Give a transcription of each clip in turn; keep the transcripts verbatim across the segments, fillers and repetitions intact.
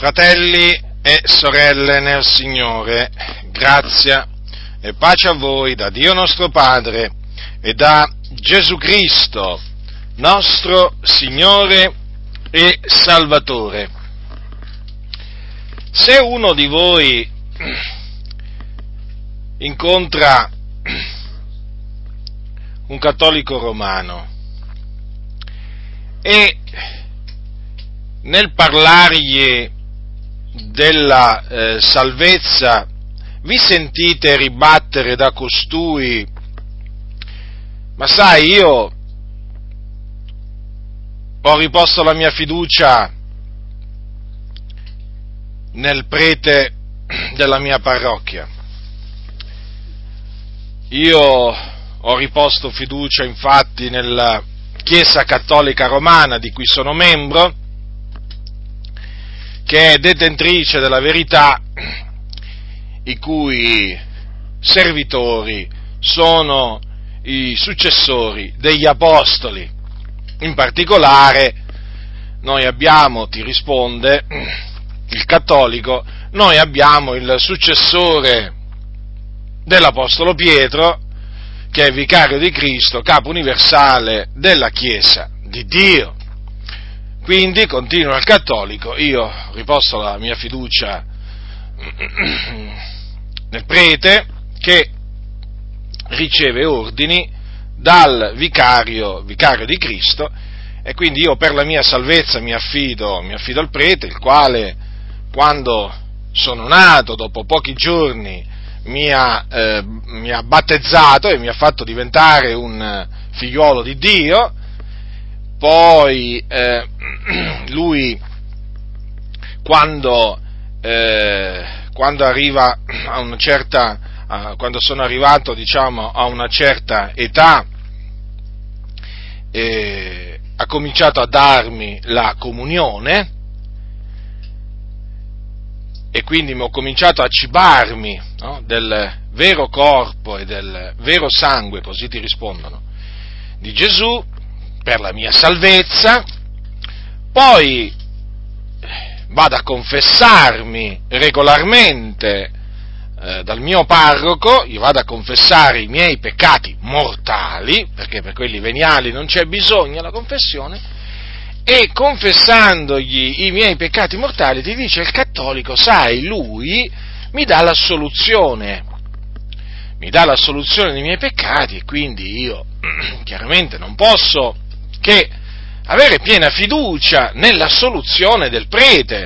Fratelli e sorelle nel Signore, grazia e pace a voi da Dio nostro Padre e da Gesù Cristo, nostro Signore e Salvatore. Se uno di voi incontra un cattolico romano e nel parlargli della eh, salvezza vi sentite ribattere da costui: ma sai, io ho riposto la mia fiducia nel prete della mia parrocchia, io ho riposto fiducia infatti nella Chiesa Cattolica Romana di cui sono membro, che è detentrice della verità, i cui servitori sono i successori degli apostoli. In particolare noi abbiamo, ti risponde il cattolico, noi abbiamo il successore dell'apostolo Pietro, che è vicario di Cristo, capo universale della Chiesa di Dio. Quindi, continua il cattolico, io riposto la mia fiducia nel prete che riceve ordini dal vicario, vicario di Cristo, e quindi io per la mia salvezza mi affido, mi affido al prete, il quale, quando sono nato, dopo pochi giorni, mi ha, eh, mi ha battezzato e mi ha fatto diventare un figliuolo di Dio. Poi eh, lui, quando, eh, quando arriva a una certa, a, quando sono arrivato, diciamo, a una certa età, eh, ha cominciato a darmi la comunione, e quindi ho cominciato a cibarmi, no, del vero corpo e del vero sangue, così ti rispondono, di Gesù, per la mia salvezza. Poi vado a confessarmi regolarmente eh, dal mio parroco, io vado a confessare i miei peccati mortali, perché per quelli veniali non c'è bisogno della confessione, e confessandogli i miei peccati mortali, ti dice il cattolico, sai, lui mi dà l'assoluzione, mi dà l'assoluzione dei miei peccati, e quindi io chiaramente non posso che avere piena fiducia nell'assoluzione del prete.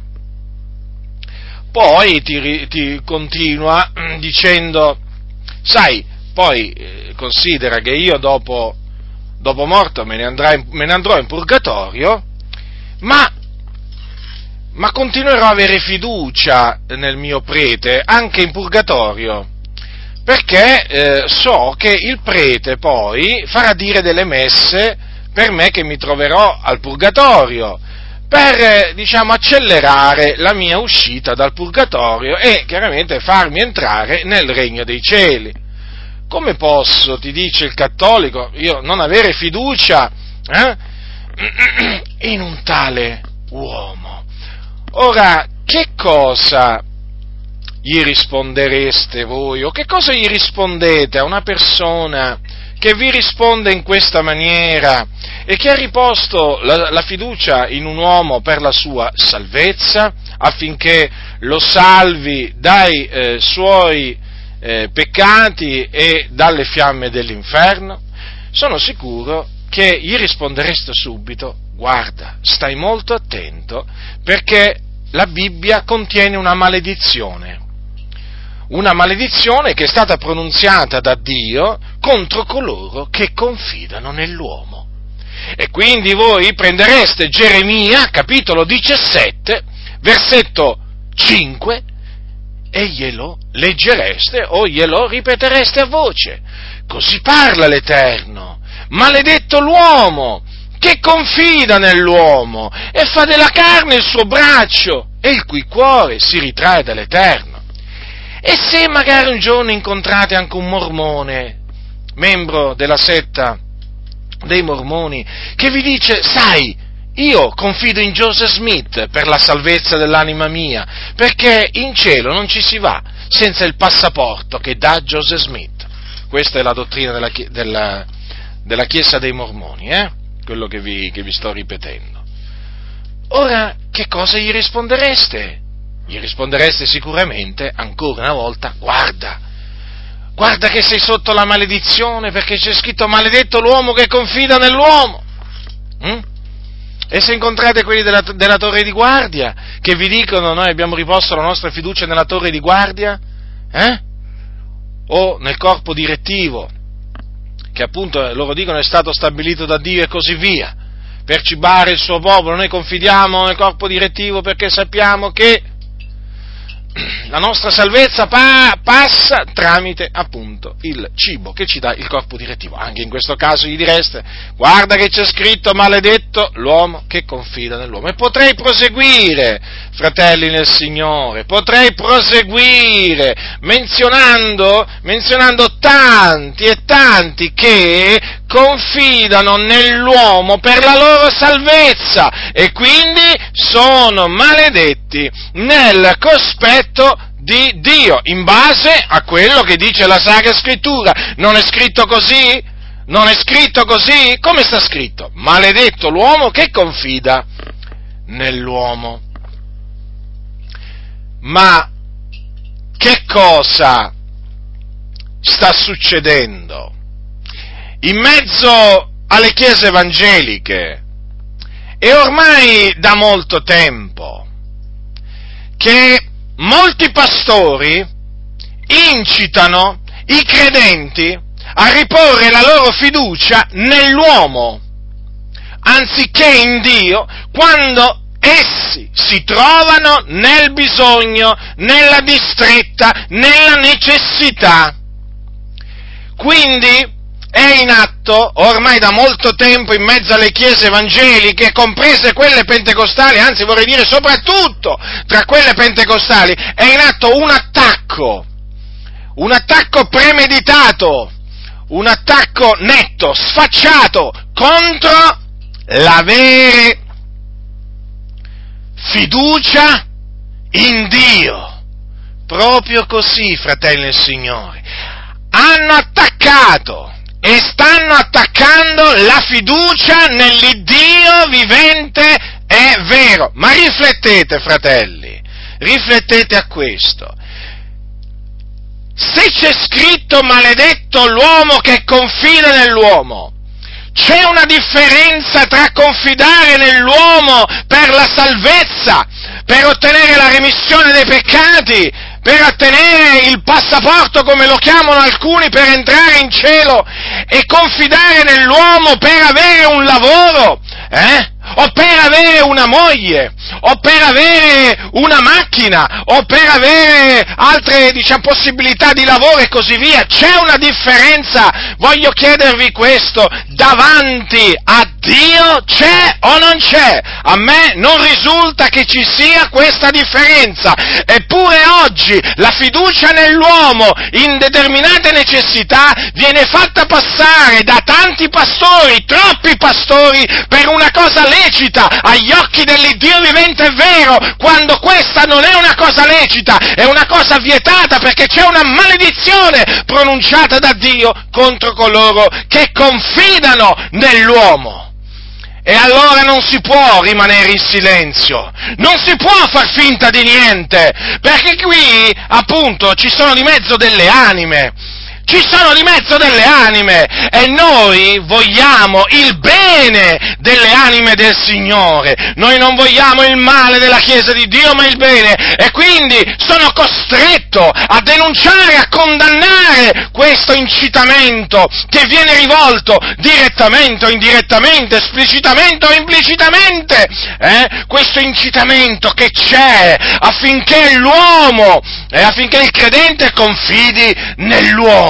Poi ti, ti continua dicendo, sai, poi eh, considera che io dopo, dopo morto me ne, andrà, me ne andrò in purgatorio, ma, ma continuerò a avere fiducia nel mio prete anche in purgatorio, perché eh, so che il prete poi farà dire delle messe per me che mi troverò al purgatorio, per, eh, diciamo, accelerare la mia uscita dal purgatorio e chiaramente farmi entrare nel regno dei cieli. Come posso, ti dice il cattolico, io non avere fiducia eh, in un tale uomo? Ora, che cosa gli rispondereste voi, o che cosa gli rispondete a una persona che vi risponde in questa maniera e che ha riposto la, la fiducia in un uomo per la sua salvezza, affinché lo salvi dai eh, suoi eh, peccati e dalle fiamme dell'inferno? Sono sicuro che gli rispondereste subito: guarda, stai molto attento, perché la Bibbia contiene una maledizione. Una maledizione che è stata pronunziata da Dio contro coloro che confidano nell'uomo. E quindi voi prendereste Geremia, capitolo diciassette, versetto cinque, e glielo leggereste o glielo ripetereste a voce. Così parla l'Eterno: maledetto l'uomo che confida nell'uomo e fa della carne il suo braccio, e il cui cuore si ritrae dall'Eterno. E se magari un giorno incontrate anche un mormone, membro della setta dei mormoni, che vi dice: sai, io confido in Joseph Smith per la salvezza dell'anima mia, perché in cielo non ci si va senza il passaporto che dà Joseph Smith. Questa è la dottrina della, della, della Chiesa dei Mormoni, eh? Quello che vi, che vi sto ripetendo. Ora, che cosa gli rispondereste? Gli rispondereste sicuramente, ancora una volta, guarda, guarda che sei sotto la maledizione, perché c'è scritto maledetto l'uomo che confida nell'uomo. Mm? E se incontrate quelli della, della torre di guardia, che vi dicono noi abbiamo riposto la nostra fiducia nella torre di guardia, eh? O nel corpo direttivo, che appunto loro dicono è stato stabilito da Dio e così via, per cibare il suo popolo, noi confidiamo nel corpo direttivo perché sappiamo che la nostra salvezza pa- passa tramite appunto il cibo che ci dà il corpo direttivo. Anche in questo caso gli direste, guarda che c'è scritto maledetto l'uomo che confida nell'uomo. E potrei proseguire, fratelli nel Signore, potrei proseguire menzionando, menzionando tanti e tanti che confidano nell'uomo per la loro salvezza e quindi sono maledetti nel cospetto di Dio, in base a quello che dice la Sacra Scrittura. Non è scritto così? Non è scritto così? Come sta scritto? Maledetto l'uomo che confida nell'uomo. Ma che cosa sta succedendo in mezzo alle chiese evangeliche? E ormai da molto tempo che molti pastori incitano i credenti a riporre la loro fiducia nell'uomo, anziché in Dio, quando essi si trovano nel bisogno, nella distretta, nella necessità. Quindi è in atto, ormai da molto tempo, in mezzo alle chiese evangeliche, comprese quelle pentecostali, anzi vorrei dire soprattutto tra quelle pentecostali, è in atto un attacco, un attacco premeditato, un attacco netto, sfacciato, contro l'avere fiducia in Dio. Proprio così, fratelli del Signore. Hanno attaccato e stanno attaccando la fiducia nell'Iddio vivente e vero. Ma riflettete, fratelli, riflettete a questo. Se c'è scritto maledetto l'uomo che confida nell'uomo, c'è una differenza tra confidare nell'uomo per la salvezza, per ottenere la remissione dei peccati, per ottenere il passaporto, come lo chiamano alcuni, per entrare in cielo, e confidare nell'uomo per avere un lavoro, eh? O per avere una moglie, o per avere una macchina, o per avere altre, diciamo, possibilità di lavoro e così via. C'è una differenza, voglio chiedervi questo, davanti a Dio c'è o non c'è? A me non risulta che ci sia questa differenza, eppure oggi la fiducia nell'uomo in determinate necessità viene fatta passare da tanti pastori, troppi pastori, per una cosa lecita agli occhi dell'Iddio vivente e vero, quando questa non è una cosa lecita, è una cosa vietata, perché c'è una maledizione pronunciata da Dio contro coloro che confidano nell'uomo. E allora non si può rimanere in silenzio, non si può far finta di niente, perché qui appunto ci sono di mezzo delle anime, ci sono di mezzo delle anime, e noi vogliamo il bene delle anime del Signore, noi non vogliamo il male della Chiesa di Dio, ma il bene, e quindi sono costretto a denunciare, a condannare questo incitamento che viene rivolto direttamente o indirettamente, esplicitamente o implicitamente, eh? questo incitamento che c'è affinché l'uomo, eh, affinché il credente confidi nell'uomo.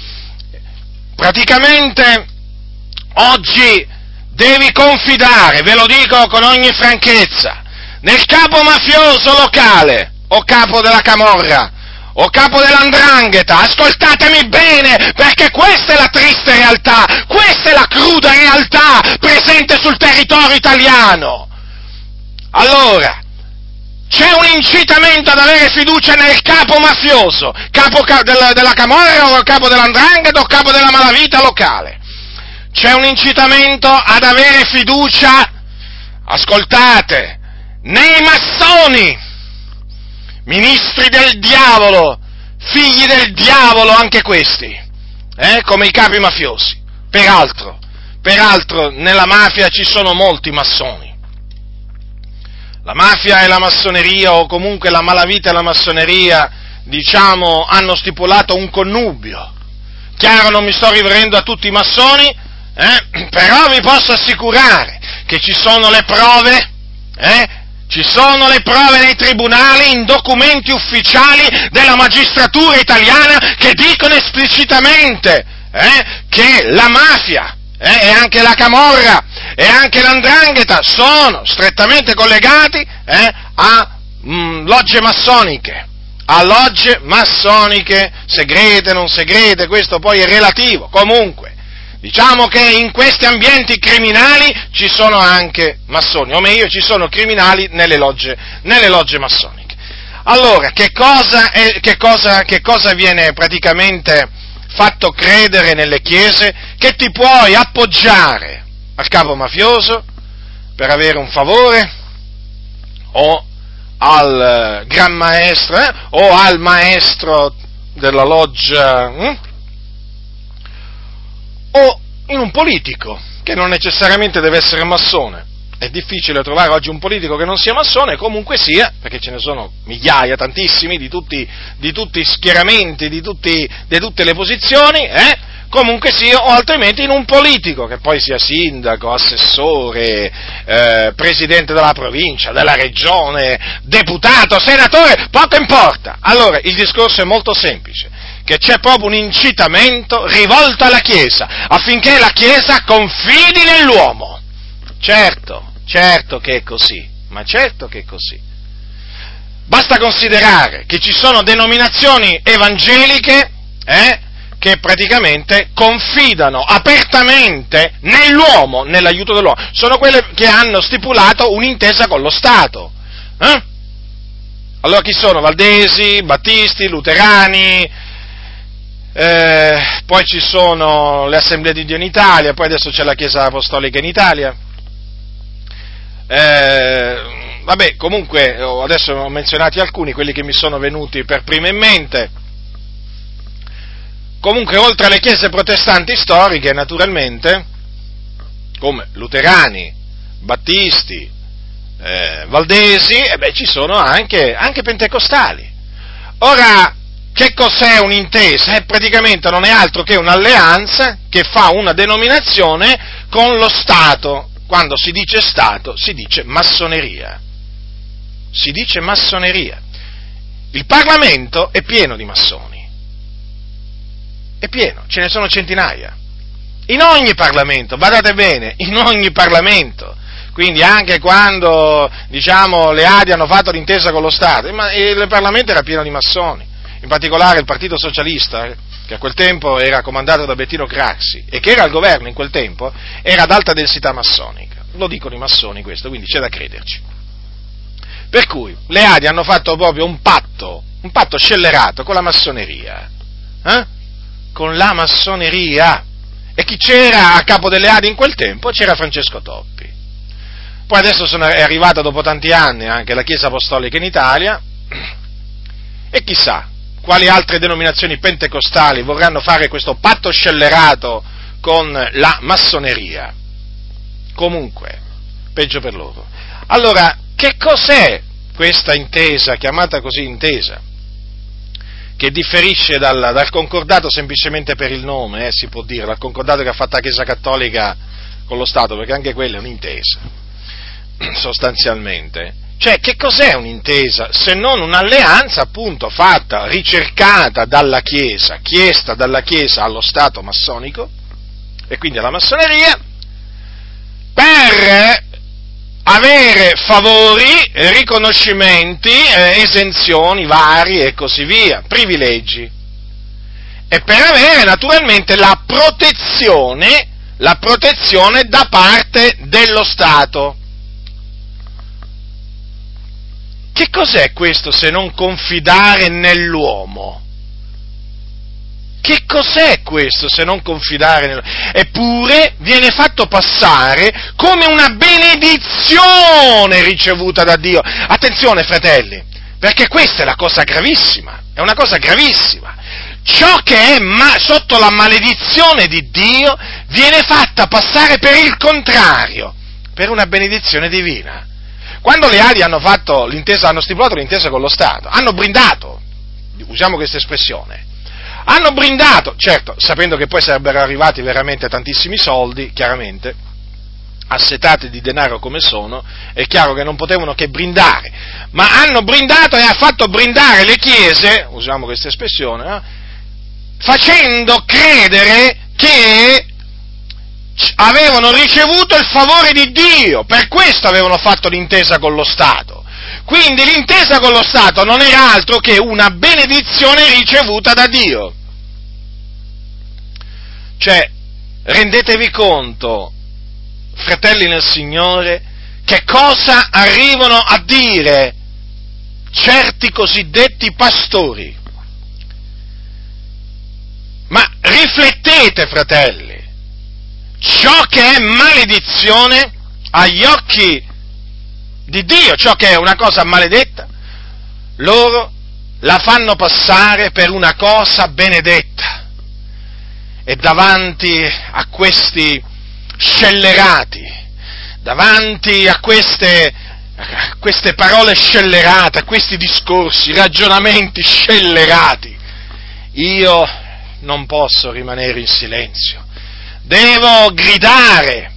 Praticamente oggi devi confidare, ve lo dico con ogni franchezza, nel capo mafioso locale, o capo della camorra, o capo dell'Andrangheta, ascoltatemi bene, perché questa è la triste realtà, questa è la cruda realtà presente sul territorio italiano. Allora, c'è un incitamento ad avere fiducia nel capo mafioso, capo ca- della, della Camorra o capo dell'Andrangheta o capo della malavita locale. C'è un incitamento ad avere fiducia, ascoltate, nei massoni, ministri del diavolo, figli del diavolo anche questi, eh, come i capi mafiosi. Peraltro, peraltro nella mafia ci sono molti massoni. La mafia e la massoneria, o comunque la malavita e la massoneria, diciamo, hanno stipulato un connubio. Chiaro, non mi sto riferendo a tutti i massoni, eh, però vi posso assicurare che ci sono le prove, eh, ci sono le prove nei tribunali, in documenti ufficiali della magistratura italiana che dicono esplicitamente eh, che la mafia eh, e anche la Camorra e anche l'Andrangheta sono strettamente collegati eh, a mh, logge massoniche, a logge massoniche, segrete, non segrete, questo poi è relativo. Comunque, diciamo che in questi ambienti criminali ci sono anche massoni, o meglio ci sono criminali nelle logge, nelle logge massoniche. Allora, che cosa, è, che cosa, che cosa viene praticamente fatto credere nelle chiese? Che ti puoi appoggiare al capo mafioso per avere un favore, o al gran maestro, eh, o al maestro della loggia, hm? o in un politico, che non necessariamente deve essere massone. È difficile trovare oggi un politico che non sia massone, comunque sia, perché ce ne sono migliaia, tantissimi, di tutti, di tutti schieramenti, di, tutti, di tutte le posizioni, eh? Comunque sia, o altrimenti in un politico, che poi sia sindaco, assessore, eh, presidente della provincia, della regione, deputato, senatore, poco importa. Allora, il discorso è molto semplice, che c'è proprio un incitamento rivolto alla Chiesa, affinché la Chiesa confidi nell'uomo. Certo, certo che è così, ma certo che è così. Basta considerare che ci sono denominazioni evangeliche, eh, che praticamente confidano apertamente nell'uomo, nell'aiuto dell'uomo. Sono quelle che hanno stipulato un'intesa con lo Stato. Eh? Allora chi sono? Valdesi, Battisti, Luterani, eh, poi ci sono le Assemblee di Dio in Italia, poi adesso c'è la Chiesa Apostolica in Italia. Eh, vabbè, comunque, adesso ho menzionati alcuni, quelli che mi sono venuti per prima in mente. Comunque, oltre alle chiese protestanti storiche, naturalmente, come luterani, battisti, eh, valdesi, e beh, ci sono anche, anche pentecostali. Ora, che cos'è un'intesa? Eh, praticamente non è altro che un'alleanza che fa una denominazione con lo Stato. Quando si dice Stato, si dice massoneria. Si dice massoneria. Il Parlamento è pieno di massoni. È pieno, ce ne sono centinaia. In ogni Parlamento, badate bene, in ogni Parlamento. Quindi anche quando, diciamo, le A D I hanno fatto l'intesa con lo Stato, il Parlamento era pieno di massoni. In particolare il Partito Socialista, che a quel tempo era comandato da Bettino Craxi, e che era al governo in quel tempo, era ad alta densità massonica. Lo dicono i massoni questo, quindi c'è da crederci. Per cui le A D I hanno fatto proprio un patto, un patto scellerato con la massoneria. Eh? Con la massoneria. E chi c'era a capo delle A D I in quel tempo? C'era Francesco Toppi. Poi adesso sono, è arrivata dopo tanti anni anche la Chiesa Apostolica in Italia, e chissà quali altre denominazioni pentecostali vorranno fare questo patto scellerato con la massoneria. Comunque, peggio per loro. Allora, che cos'è questa intesa, chiamata così intesa, che differisce dal, dal concordato semplicemente per il nome, eh, si può dire, dal concordato che ha fatto la Chiesa Cattolica con lo Stato, perché anche quella è un'intesa, sostanzialmente. Cioè, che cos'è un'intesa? Se non un'alleanza, appunto, fatta, ricercata dalla Chiesa, chiesta dalla Chiesa allo Stato massonico, e quindi alla massoneria, per avere favori, riconoscimenti, eh, esenzioni vari e così via, privilegi, e per avere naturalmente la protezione, la protezione da parte dello Stato. Che cos'è questo se non confidare nell'uomo? Che cos'è questo se non confidare nell'uomo? Eppure viene fatto passare come una benedizione ricevuta da Dio. Attenzione, fratelli, perché questa è la cosa gravissima, è una cosa gravissima. Ciò che è ma- sotto la maledizione di Dio viene fatta passare per il contrario, per una benedizione divina. Quando le Ali hanno fatto l'intesa, hanno stipulato l'intesa con lo Stato, hanno brindato, usiamo questa espressione, hanno brindato, certo, sapendo che poi sarebbero arrivati veramente tantissimi soldi, chiaramente, assetati di denaro come sono, è chiaro che non potevano che brindare, ma hanno brindato e ha fatto brindare le chiese, usiamo questa espressione, no? Facendo credere che avevano ricevuto il favore di Dio, per questo avevano fatto l'intesa con lo Stato. Quindi l'intesa con lo Stato non era altro che una benedizione ricevuta da Dio. Cioè, rendetevi conto, fratelli nel Signore, che cosa arrivano a dire certi cosiddetti pastori. Ma riflettete, fratelli. Ciò che è maledizione agli occhi di Dio, ciò che è una cosa maledetta, loro la fanno passare per una cosa benedetta. E davanti a questi scellerati, davanti a queste, a queste parole scellerate, a questi discorsi, ragionamenti scellerati, io non posso rimanere in silenzio. Devo gridare,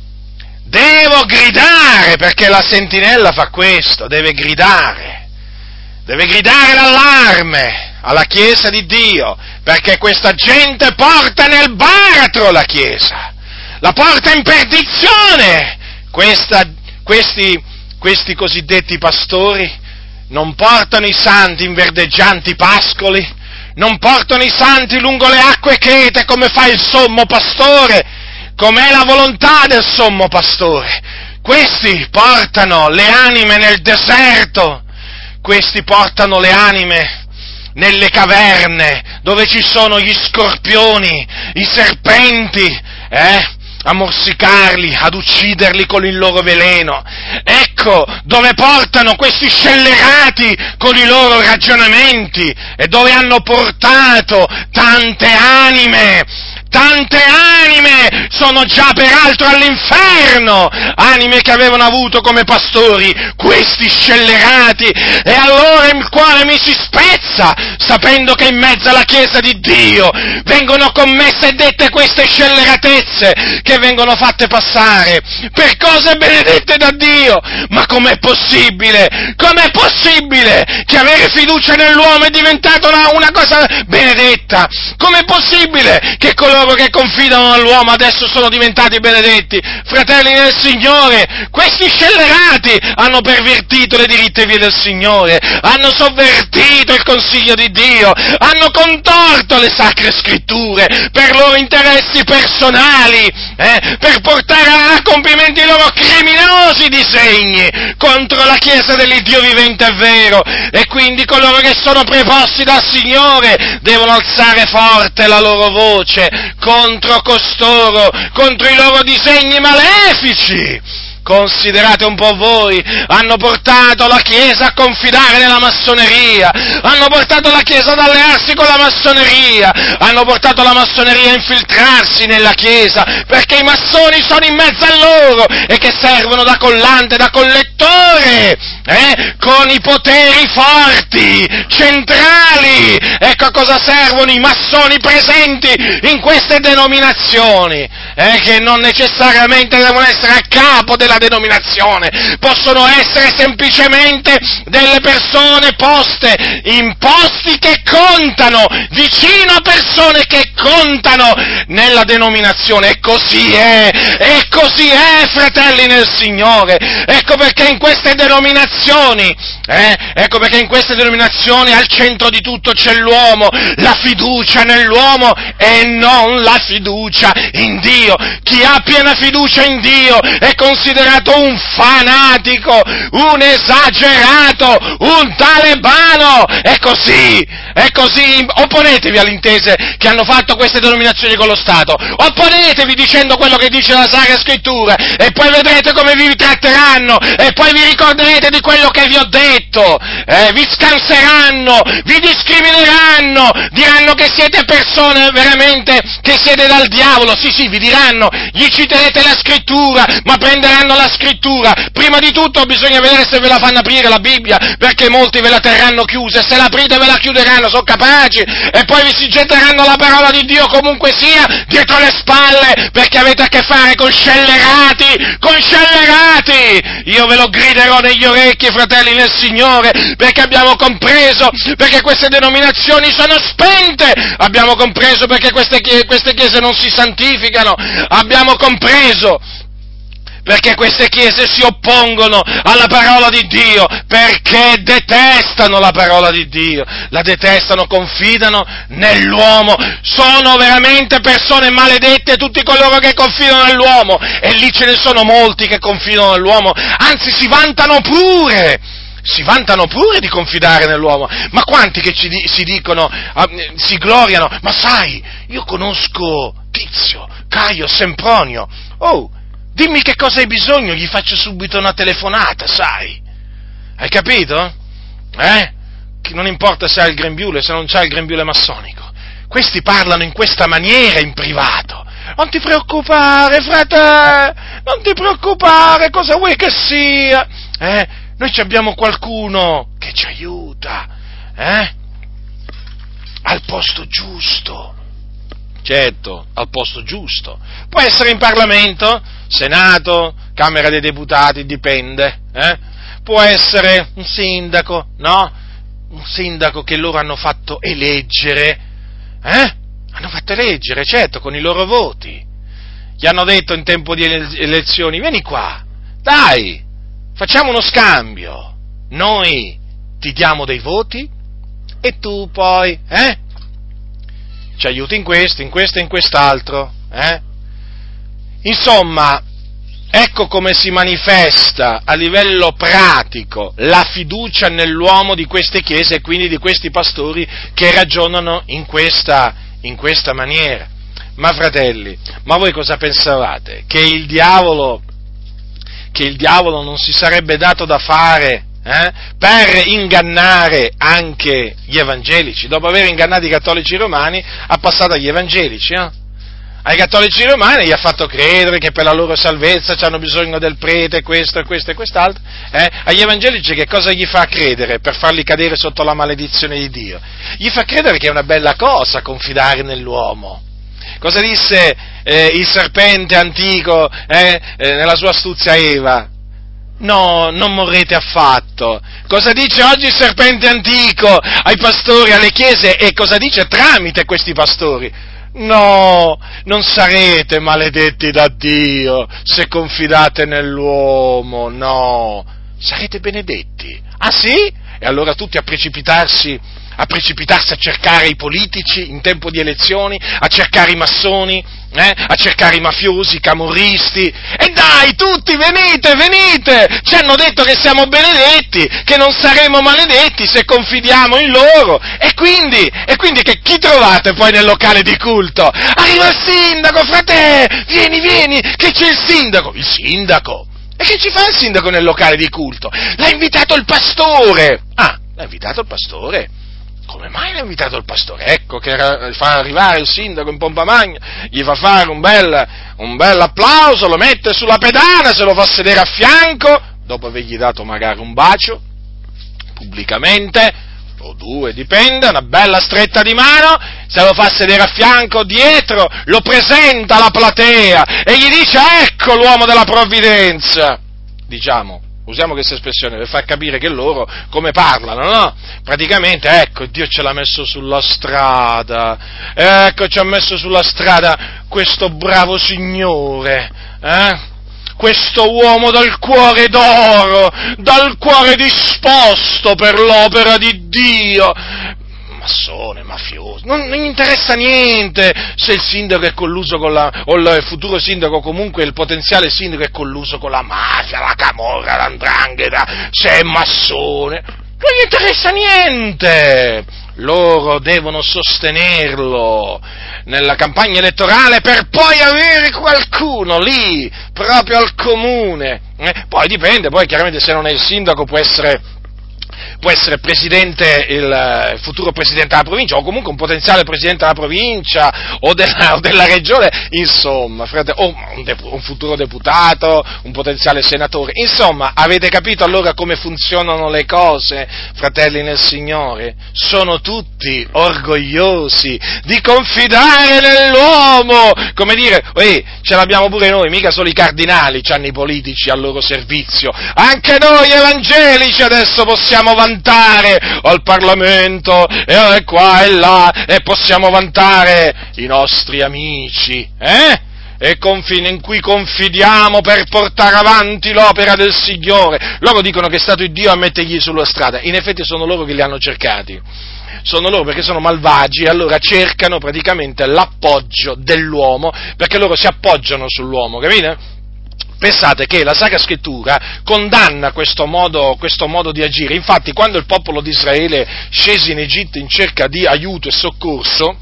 devo gridare, perché la sentinella fa questo, deve gridare, deve gridare l'allarme alla Chiesa di Dio, perché questa gente porta nel baratro la Chiesa, la porta in perdizione. Questa, questi, questi cosiddetti pastori non portano i santi in verdeggianti pascoli, non portano i santi lungo le acque chete come fa il sommo pastore, com'è la volontà del sommo pastore. Questi portano le anime nel deserto, questi portano le anime nelle caverne dove ci sono gli scorpioni, i serpenti, eh? a morsicarli, ad ucciderli con il loro veleno. Ecco dove portano questi scellerati con i loro ragionamenti e dove hanno portato tante anime. Tante anime sono già peraltro all'inferno, anime che avevano avuto come pastori questi scellerati, e allora il cuore mi si spezza sapendo che in mezzo alla Chiesa di Dio vengono commesse e dette queste scelleratezze che vengono fatte passare per cose benedette da Dio. Ma com'è possibile? Com'è possibile che avere fiducia nell'uomo è diventata una, una cosa benedetta? Com'è possibile che coloro che confidano nell'uomo adesso sono diventati benedetti? Fratelli nel Signore, questi scellerati hanno pervertito le diritte vie del Signore, hanno sovvertito il consiglio di Dio, hanno contorto le sacre scritture per loro interessi personali, eh, per portare a compimento i loro criminosi disegni contro la Chiesa dell'Iddio vivente e vero. E quindi coloro che sono preposti dal Signore devono alzare forte la loro voce contro costoro, contro i loro disegni malefici. Considerate un po' voi, hanno portato la Chiesa a confidare nella massoneria, hanno portato la Chiesa ad allearsi con la massoneria, hanno portato la massoneria a infiltrarsi nella Chiesa, perché i massoni sono in mezzo a loro e che servono da collante, da collettore, eh, con i poteri forti, centrali. Ecco a cosa servono i massoni presenti in queste denominazioni. eh, che non necessariamente devono essere a capo della denominazione, possono essere semplicemente delle persone poste in posti che contano, vicino a persone che contano nella denominazione, e così è, e così è, fratelli nel Signore. Ecco perché in queste denominazioni, eh, ecco perché in queste denominazioni al centro di tutto c'è l'uomo, la fiducia nell'uomo e non la fiducia in Dio. Chi ha piena fiducia in Dio è considerato un fanatico, un esagerato, un talebano. È così, è così. Opponetevi alle intese che hanno fatto queste denominazioni con lo Stato, opponetevi dicendo quello che dice la Sacra Scrittura, e poi vedrete come vi tratteranno, e poi vi ricorderete di quello che vi ho detto, eh, vi scanseranno, vi discrimineranno, diranno che siete persone veramente, che siete dal diavolo, sì sì, vi diranno, gli citerete la Scrittura, ma prenderanno la Scrittura, prima di tutto bisogna vedere se ve la fanno aprire la Bibbia, perché molti ve la terranno chiusa, e se l'aprite ve la chiuderanno, sono capaci, e poi vi si getteranno la parola di Dio comunque sia, dietro le spalle, perché avete a che fare con scellerati, con scellerati! Io ve lo griderò negli orecchi, fratelli nel Signore, perché abbiamo compreso, perché queste denominazioni sono spente, abbiamo compreso perché queste, queste chiese non si santificano, abbiamo compreso perché queste chiese si oppongono alla parola di Dio, perché detestano la parola di Dio, la detestano, confidano nell'uomo, sono veramente persone maledette tutti coloro che confidano nell'uomo, e lì ce ne sono molti che confidano nell'uomo, anzi si vantano pure, si vantano pure di confidare nell'uomo, ma quanti che ci di, si dicono, uh, si gloriano, ma sai, io conosco Tizio, Caio, Sempronio, oh, dimmi che cosa hai bisogno, gli faccio subito una telefonata, sai? Hai capito? Eh? Non importa se ha il grembiule, se non c'ha il grembiule massonico. Questi parlano in questa maniera in privato. Non ti preoccupare, frate, non ti preoccupare, cosa vuoi che sia? Eh? Noi ci abbiamo qualcuno che ci aiuta, eh? Al posto giusto. Certo, al posto giusto. Può essere in Parlamento, Senato, Camera dei Deputati, dipende, eh? Può essere un sindaco, no? Un sindaco che loro hanno fatto eleggere, eh? Hanno fatto eleggere, certo, con i loro voti. Gli hanno detto in tempo di elezioni, vieni qua, dai, facciamo uno scambio, noi ti diamo dei voti e tu poi, eh? Ci aiuti in questo, in questo e in quest'altro, eh? Insomma, ecco come si manifesta a livello pratico la fiducia nell'uomo di queste chiese e quindi di questi pastori che ragionano in questa, in questa maniera. Ma fratelli, ma voi cosa pensavate? Che il diavolo, che il diavolo non si sarebbe dato da fare Eh, per ingannare anche gli evangelici? Dopo aver ingannato i cattolici romani, ha passato agli evangelici, eh? Ai cattolici romani gli ha fatto credere che per la loro salvezza hanno bisogno del prete, questo e questo e quest'altro, eh? Agli evangelici che cosa gli fa credere per farli cadere sotto la maledizione di Dio? Gli fa credere che è una bella cosa confidare nell'uomo. Cosa disse eh, il serpente antico eh, eh, nella sua astuzia Eva? No, non morrete affatto. Cosa dice oggi il serpente antico ai pastori, alle chiese, e cosa dice tramite questi pastori? No, non sarete maledetti da Dio se confidate nell'uomo, no, sarete benedetti. Ah sì? E allora tutti a precipitarsi, a precipitarsi a cercare i politici in tempo di elezioni, a cercare i massoni, eh, a cercare i mafiosi, i camorristi, e dai, tutti venite, venite, ci hanno detto che siamo benedetti, che non saremo maledetti se confidiamo in loro, e quindi, e quindi che chi trovate poi nel locale di culto? Arriva il sindaco, frate, vieni, vieni, che c'è il sindaco, il sindaco, e che ci fa il sindaco nel locale di culto? L'ha invitato il pastore, ah, l'ha invitato il pastore. Come mai l'ha invitato il pastore? Ecco che fa arrivare il sindaco in pompa magna, gli fa fare un bel, un bel applauso, lo mette sulla pedana, se lo fa sedere a fianco, dopo avergli dato magari un bacio, pubblicamente, o due, dipende, una bella stretta di mano, se lo fa sedere a fianco, dietro, lo presenta alla platea e gli dice: ecco l'uomo della provvidenza, diciamo. Usiamo questa espressione per far capire che loro come parlano, no? Praticamente, ecco, Dio ce l'ha messo sulla strada, ecco, ci ha messo sulla strada questo bravo signore, eh? Questo uomo dal cuore d'oro, dal cuore disposto per l'opera di Dio. Massone, mafioso, non, non gli interessa niente se il sindaco è colluso con la, o il futuro sindaco, comunque il potenziale sindaco è colluso con la mafia, la camorra, la 'ndrangheta, se è massone, non gli interessa niente. Loro devono sostenerlo nella campagna elettorale per poi avere qualcuno lì, proprio al comune. Eh, poi dipende, poi chiaramente se non è il sindaco può essere può essere presidente, il, il futuro presidente della provincia, o comunque un potenziale presidente della provincia, o della, o della regione, insomma, frate, o un, de, un futuro deputato, un potenziale senatore, insomma, avete capito allora come funzionano le cose, fratelli nel Signore? Sono tutti orgogliosi di confidare nell'uomo, come dire, ehi, ce l'abbiamo pure noi, mica solo i cardinali c'hanno i politici al loro servizio, anche noi evangelici adesso possiamo vantare al Parlamento, e qua e là, e possiamo vantare i nostri amici, eh? E confine in cui confidiamo per portare avanti l'opera del Signore. Loro dicono che è stato il Dio a mettergli sulla strada, in effetti sono loro che li hanno cercati, sono loro perché sono malvagi, e allora cercano praticamente l'appoggio dell'uomo, perché loro si appoggiano sull'uomo, capite? Pensate che la Sacra Scrittura condanna questo modo, questo modo di agire. Infatti, quando il popolo di Israele scese in Egitto in cerca di aiuto e soccorso,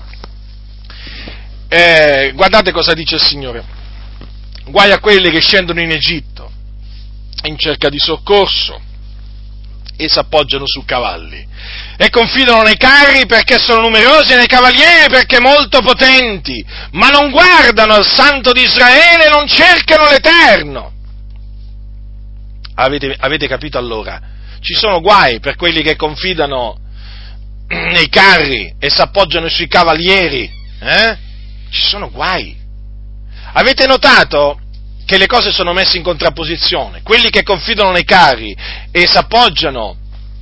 eh, guardate cosa dice il Signore: guai a quelli che scendono in Egitto in cerca di soccorso e si appoggiano su cavalli e confidano nei carri perché sono numerosi e nei cavalieri perché molto potenti, ma non guardano al Santo di Israele e non cercano l'Eterno. Avete, avete capito allora? Ci sono guai per quelli che confidano nei carri e si appoggiano sui cavalieri, eh? Ci sono guai. Avete notato che le cose sono messe in contrapposizione? Quelli che confidano nei carri e si appoggiano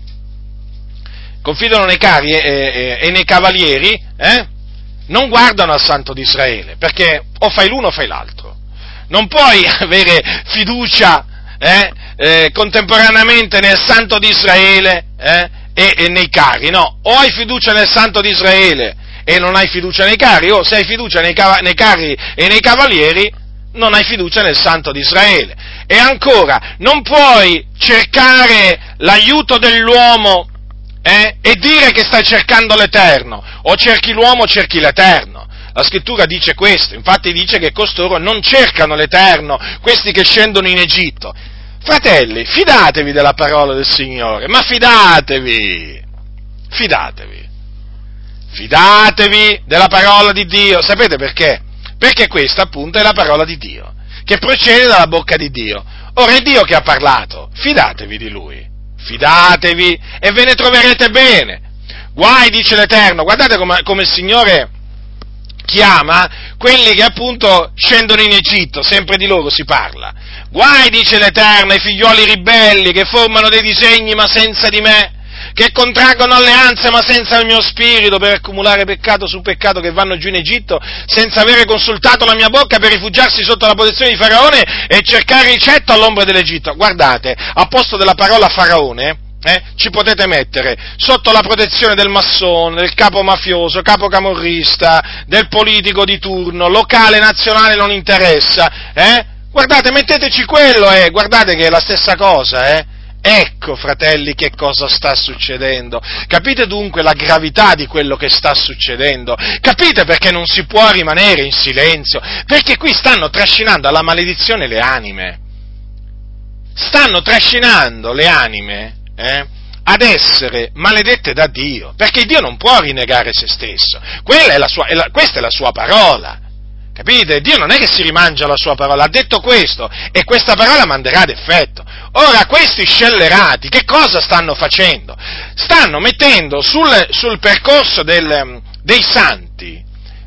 confidano nei carri e, e, e nei cavalieri, eh? Non guardano al Santo di Israele, perché o fai l'uno o fai l'altro. Non puoi avere fiducia eh, eh, contemporaneamente nel Santo di Israele eh, e, e nei carri, no. O hai fiducia nel Santo di Israele e non hai fiducia nei carri, o se hai fiducia nei, cav- nei carri e nei cavalieri, non hai fiducia nel Santo di Israele. E ancora, non puoi cercare l'aiuto dell'uomo Eh? e dire che stai cercando l'Eterno, o cerchi l'uomo o cerchi l'Eterno. La Scrittura dice questo, infatti dice che costoro non cercano l'Eterno, questi che scendono in Egitto. Fratelli, fidatevi della parola del Signore, ma fidatevi, fidatevi, fidatevi della parola di Dio. Sapete perché? Perché questa appunto è la parola di Dio, che procede dalla bocca di Dio. Ora è Dio che ha parlato, fidatevi di Lui. Fidatevi e ve ne troverete bene. Guai, dice l'Eterno, guardate come, come il Signore chiama quelli che appunto scendono in Egitto, sempre di loro si parla. Guai, dice l'Eterno, ai figlioli ribelli che formano dei disegni ma senza di me, che contraggono alleanze ma senza il mio spirito, per accumulare peccato su peccato, che vanno giù in Egitto senza avere consultato la mia bocca, per rifugiarsi sotto la protezione di Faraone e cercare ricetto all'ombra dell'Egitto. Guardate, a posto della parola Faraone, eh, ci potete mettere sotto la protezione del massone, del capo mafioso, capo camorrista, del politico di turno, locale, nazionale, non interessa, eh? Guardate, metteteci quello, eh, guardate che è la stessa cosa, eh? Ecco, fratelli, che cosa sta succedendo. Capite dunque la gravità di quello che sta succedendo? Capite perché non si può rimanere in silenzio? Perché qui stanno trascinando alla maledizione le anime. Stanno trascinando le anime eh, ad essere maledette da Dio, perché Dio non può rinnegare se stesso. Quella è la sua, è la, questa è la sua parola. Capite? Dio non è che si rimangia la sua parola, ha detto questo, e questa parola manderà ad effetto. Ora, questi scellerati, che cosa stanno facendo? Stanno mettendo sul, sul percorso del, dei santi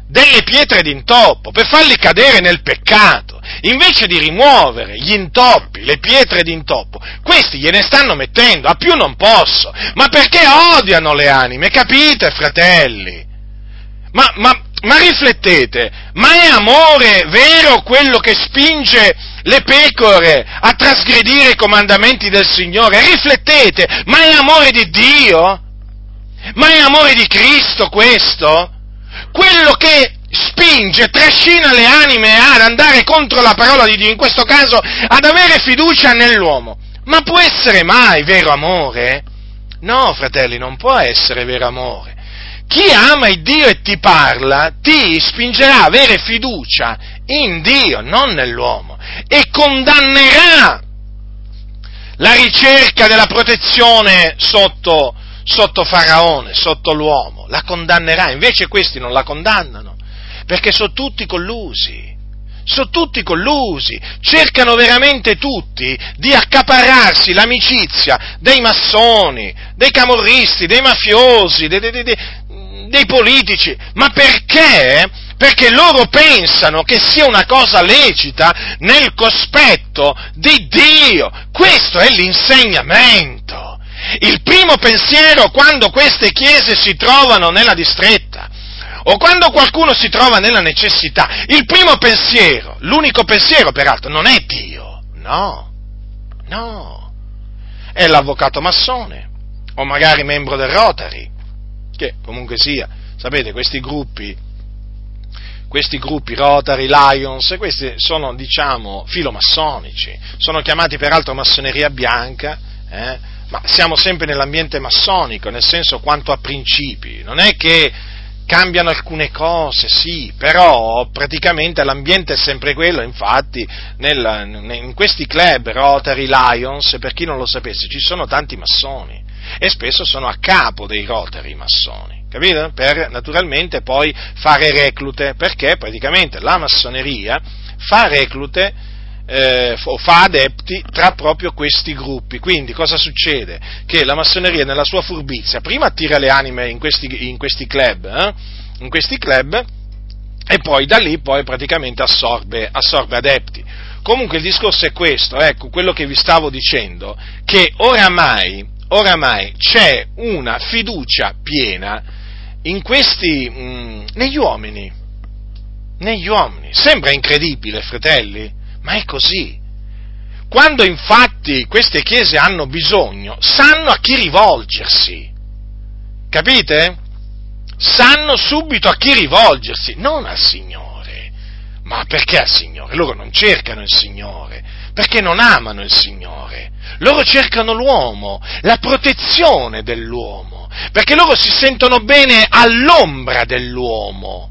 delle pietre d'intoppo, per farli cadere nel peccato, invece di rimuovere gli intoppi, le pietre d'intoppo, questi gliene stanno mettendo, a più non posso, ma perché odiano le anime, capite, fratelli? Ma, ma, ma riflettete, ma è amore vero quello che spinge le pecore a trasgredire i comandamenti del Signore? Riflettete, ma è amore di Dio? Ma è amore di Cristo questo? Quello che spinge, trascina le anime ad andare contro la parola di Dio, in questo caso ad avere fiducia nell'uomo, ma può essere mai vero amore? No, fratelli, non può essere vero amore. Chi ama il Dio e ti parla, ti spingerà a avere fiducia in Dio, non nell'uomo, e condannerà la ricerca della protezione sotto, sotto Faraone, sotto l'uomo, la condannerà, invece questi non la condannano, perché sono tutti collusi, sono tutti collusi, cercano veramente tutti di accaparrarsi l'amicizia dei massoni, dei camorristi, dei mafiosi, dei, dei, dei, dei politici, ma perché? Perché loro pensano che sia una cosa lecita nel cospetto di Dio. Questo è l'insegnamento. Il primo pensiero quando queste chiese si trovano nella distretta, o quando qualcuno si trova nella necessità, il primo pensiero, l'unico pensiero peraltro, non è Dio, no, no, è l'avvocato massone, o magari membro del Rotary, che comunque sia, sapete, questi gruppi, questi gruppi Rotary, Lions, questi sono, diciamo, filomassonici, sono chiamati peraltro massoneria bianca, eh, ma siamo sempre nell'ambiente massonico, nel senso quanto a principi, non è che cambiano alcune cose, sì, però praticamente l'ambiente è sempre quello, infatti nel, in questi club Rotary, Lions, per chi non lo sapesse, ci sono tanti massoni e spesso sono a capo dei Rotary massoni, capito? Per naturalmente poi fare reclute, perché praticamente la massoneria fa reclute Eh, o fa adepti tra proprio questi gruppi. Quindi cosa succede? Che la massoneria nella sua furbizia prima attira le anime in questi, in questi club, eh? in questi club e poi da lì poi praticamente assorbe, assorbe adepti. Comunque il discorso è questo, ecco, quello che vi stavo dicendo, che oramai, oramai c'è una fiducia piena in questi, mh, negli uomini, negli uomini. Sembra incredibile, fratelli, ma è così. Quando infatti queste chiese hanno bisogno, sanno a chi rivolgersi, capite? Sanno subito a chi rivolgersi, non al Signore. Ma perché al Signore? Loro non cercano il Signore, perché non amano il Signore. Loro cercano l'uomo, la protezione dell'uomo, perché loro si sentono bene all'ombra dell'uomo.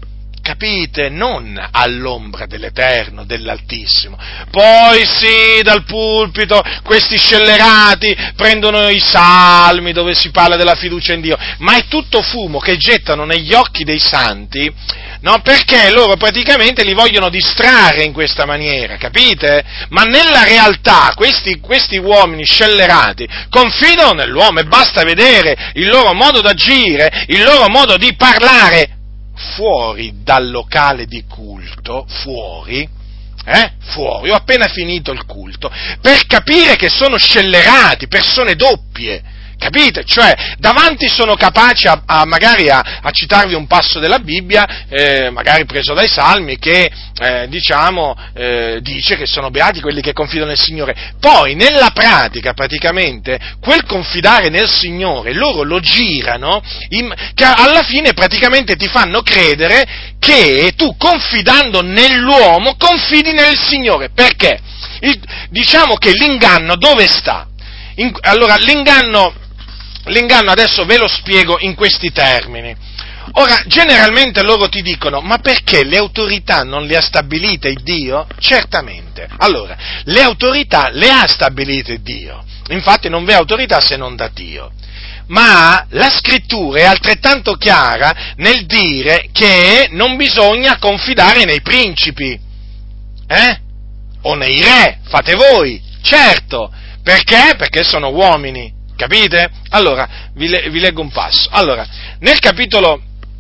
Capite? Non all'ombra dell'Eterno, dell'Altissimo. Poi sì, dal pulpito, questi scellerati prendono i salmi dove si parla della fiducia in Dio, ma è tutto fumo che gettano negli occhi dei santi, no? Perché loro praticamente li vogliono distrarre in questa maniera, capite? Ma nella realtà questi, questi uomini scellerati confidano nell'uomo e basta vedere il loro modo d'agire, il loro modo di parlare, fuori dal locale di culto, fuori, eh, fuori, ho appena finito il culto, per capire che sono scellerati, persone doppie, capite? Cioè, davanti sono capaci a, a magari a, a citarvi un passo della Bibbia, eh, magari preso dai Salmi, che, eh, diciamo, eh, dice che sono beati quelli che confidano nel Signore. Poi, nella pratica, praticamente, quel confidare nel Signore, loro lo girano, in, che alla fine praticamente ti fanno credere che tu, confidando nell'uomo, confidi nel Signore. Perché? Il, diciamo che l'inganno dove sta? In, allora, l'inganno... L'inganno adesso ve lo spiego in questi termini. Ora, generalmente loro ti dicono, ma perché le autorità non le ha stabilite Dio? Certamente. Allora, le autorità le ha stabilite Dio. Infatti non v'è autorità se non da Dio. Ma la scrittura è altrettanto chiara nel dire che non bisogna confidare nei principi, eh? O nei re, fate voi, certo. Perché? Perché sono uomini. Capite? Allora, vi, le, vi leggo un passo. Allora, nel capitolo,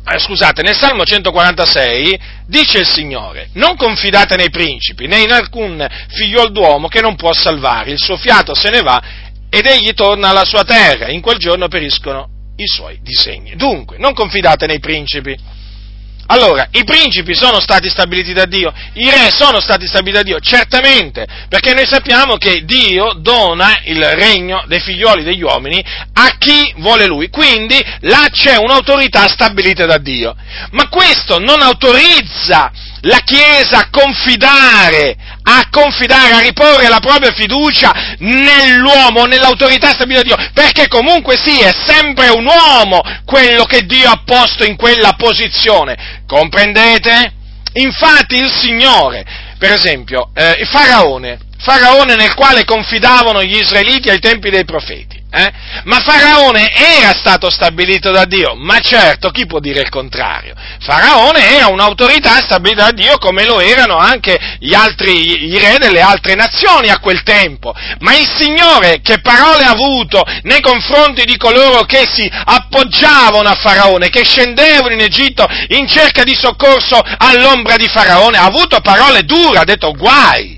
eh, scusate, nel Salmo centoquarantasei dice il Signore: non confidate nei principi, né in alcun figliuol d'uomo che non può salvare, il suo fiato se ne va ed egli torna alla sua terra, in quel giorno periscono i suoi disegni. Dunque, non confidate nei principi. Allora, i principi sono stati stabiliti da Dio, i re sono stati stabiliti da Dio, certamente, perché noi sappiamo che Dio dona il regno dei figlioli degli uomini a chi vuole Lui, quindi là c'è un'autorità stabilita da Dio, ma questo non autorizza la Chiesa a confidare, a confidare, a riporre la propria fiducia nell'uomo, nell'autorità stabilita da Dio, perché comunque sì, è sempre un uomo quello che Dio ha posto in quella posizione. Comprendete? Infatti il Signore, per esempio, eh, il Faraone, Faraone nel quale confidavano gli israeliti ai tempi dei profeti, eh? Ma Faraone era stato stabilito da Dio, ma certo, chi può dire il contrario? Faraone era un'autorità stabilita da Dio come lo erano anche gli altri, i re delle altre nazioni a quel tempo, ma il Signore che parole ha avuto nei confronti di coloro che si appoggiavano a Faraone, che scendevano in Egitto in cerca di soccorso all'ombra di Faraone, ha avuto parole dure, ha detto guai.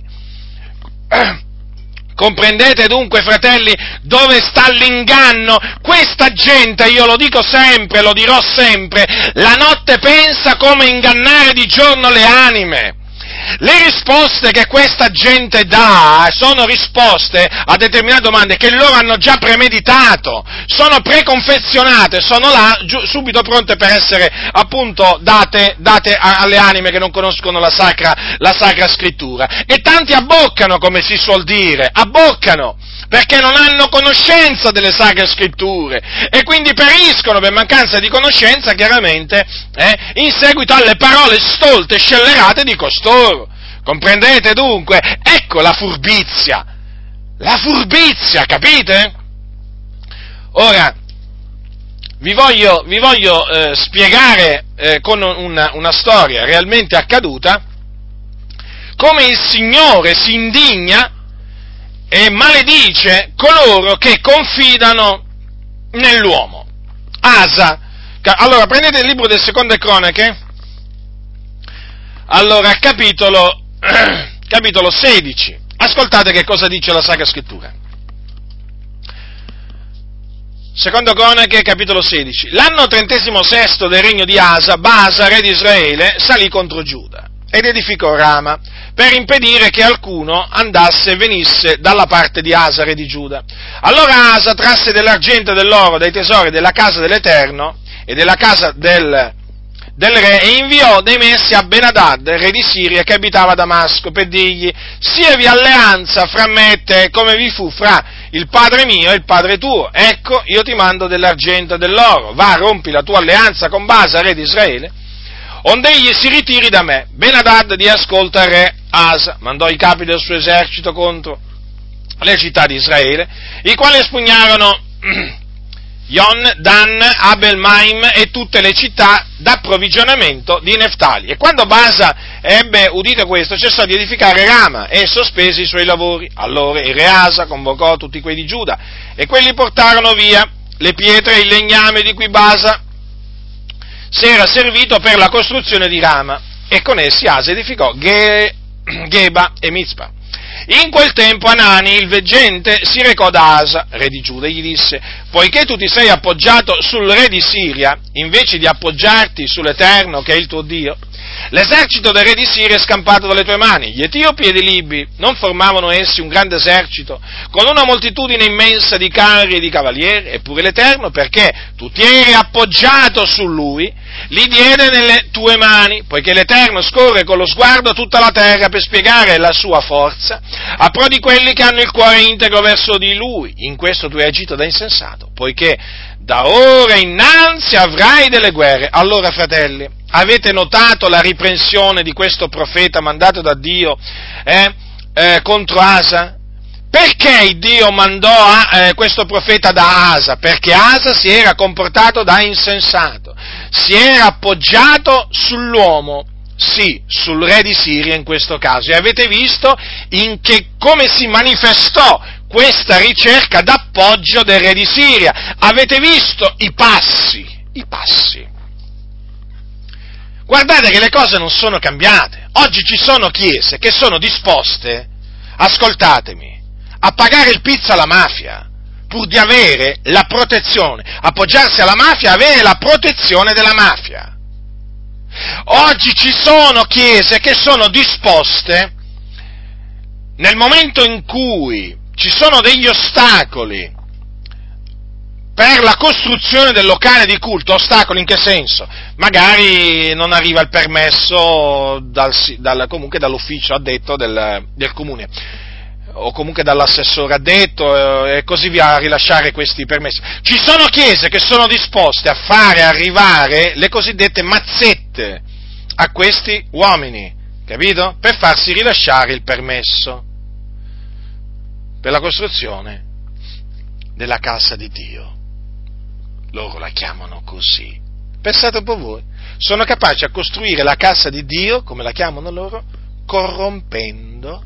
Comprendete dunque, fratelli, dove sta l'inganno? Questa gente, io lo dico sempre, lo dirò sempre, la notte pensa come ingannare di giorno le anime. Le risposte che questa gente dà sono risposte a determinate domande che loro hanno già premeditato, sono preconfezionate, sono là giù, subito pronte per essere appunto date, date alle anime che non conoscono la sacra, la sacra scrittura. E tanti abboccano, come si suol dire, abboccano, perché non hanno conoscenza delle sacre scritture e quindi periscono per mancanza di conoscenza, chiaramente, eh, in seguito alle parole stolte e scellerate di costoro. Comprendete dunque? Ecco la furbizia, la furbizia, capite? Ora, vi voglio, vi voglio eh, spiegare eh, con una, una storia realmente accaduta come il Signore si indigna e maledice coloro che confidano nell'uomo. Asa, allora prendete il libro del Seconde Cronache, allora capitolo, capitolo sedici, ascoltate che cosa dice la Sacra Scrittura. Secondo Cronache, capitolo sedici. L'anno trentesimo sesto del regno di Asa, Baasa, re di Israele, salì contro Giuda ed edificò Rama, per impedire che alcuno andasse e venisse dalla parte di Asa, re di Giuda. Allora Asa trasse dell'argento e dell'oro dai tesori della casa dell'Eterno e della casa del, del re e inviò dei messi a Ben-Hadad, re di Siria, che abitava a Damasco, per dirgli: sievi alleanza fra me e te, come vi fu fra il padre mio e il padre tuo. Ecco, io ti mando dell'argento e dell'oro, va, rompi la tua alleanza con Baasa, re di Israele, onde egli si ritiri da me. Ben-Hadad diè ascolta al re Asa, mandò i capi del suo esercito contro le città di Israele, i quali espugnarono Yon, Dan, Abel-Maim e tutte le città d'approvvigionamento di Neftali. E quando Baasa ebbe udito questo, cessò di edificare Rama e sospese i suoi lavori. Allora il re Asa convocò tutti quelli di Giuda e quelli portarono via le pietre e il legname di cui Baasa si era servito per la costruzione di Rama, e con essi Asa edificò Ge- Geba e Mizpa. In quel tempo Anani, il veggente, si recò da Asa, re di Giuda, e gli disse: poiché tu ti sei appoggiato sul re di Siria, invece di appoggiarti sull'Eterno, che è il tuo Dio, l'esercito del re di Siria è scampato dalle tue mani. Gli Etiopi ed i Libi non formavano essi un grande esercito, con una moltitudine immensa di carri e di cavalieri? Eppure l'Eterno, perché tu ti eri appoggiato su lui, li diede nelle tue mani, poiché l'Eterno scorre con lo sguardo tutta la terra per spiegare la sua forza a pro di quelli che hanno il cuore integro verso di lui. In questo tu hai agito da insensato, poiché da ora innanzi avrai delle guerre. Allora, fratelli, avete notato la riprensione di questo profeta mandato da Dio eh, eh, contro Asa? Perché Dio mandò a, eh, questo profeta da Asa? Perché Asa si era comportato da insensato, si era appoggiato sull'uomo, sì, sul re di Siria in questo caso, e avete visto in che, come si manifestò questa ricerca d'appoggio del re di Siria, avete visto i passi, i passi. guardate che le cose non sono cambiate. Oggi ci sono chiese che sono disposte, ascoltatemi, a pagare il pizzo alla mafia, pur di avere la protezione, appoggiarsi alla mafia e avere la protezione della mafia. Oggi ci sono chiese che sono disposte, nel momento in cui ci sono degli ostacoli per la costruzione del locale di culto, ostacoli in che senso? Magari non arriva il permesso dal, dal, comunque dall'ufficio addetto del, del comune, o comunque dall'assessore addetto eh, e così via, a rilasciare questi permessi. Ci sono chiese che sono disposte a fare arrivare le cosiddette mazzette a questi uomini, capito? Per farsi rilasciare il permesso per la costruzione della casa di Dio. Loro la chiamano così. Pensate un po' voi, sono capaci a costruire la casa di Dio, come la chiamano loro, corrompendo,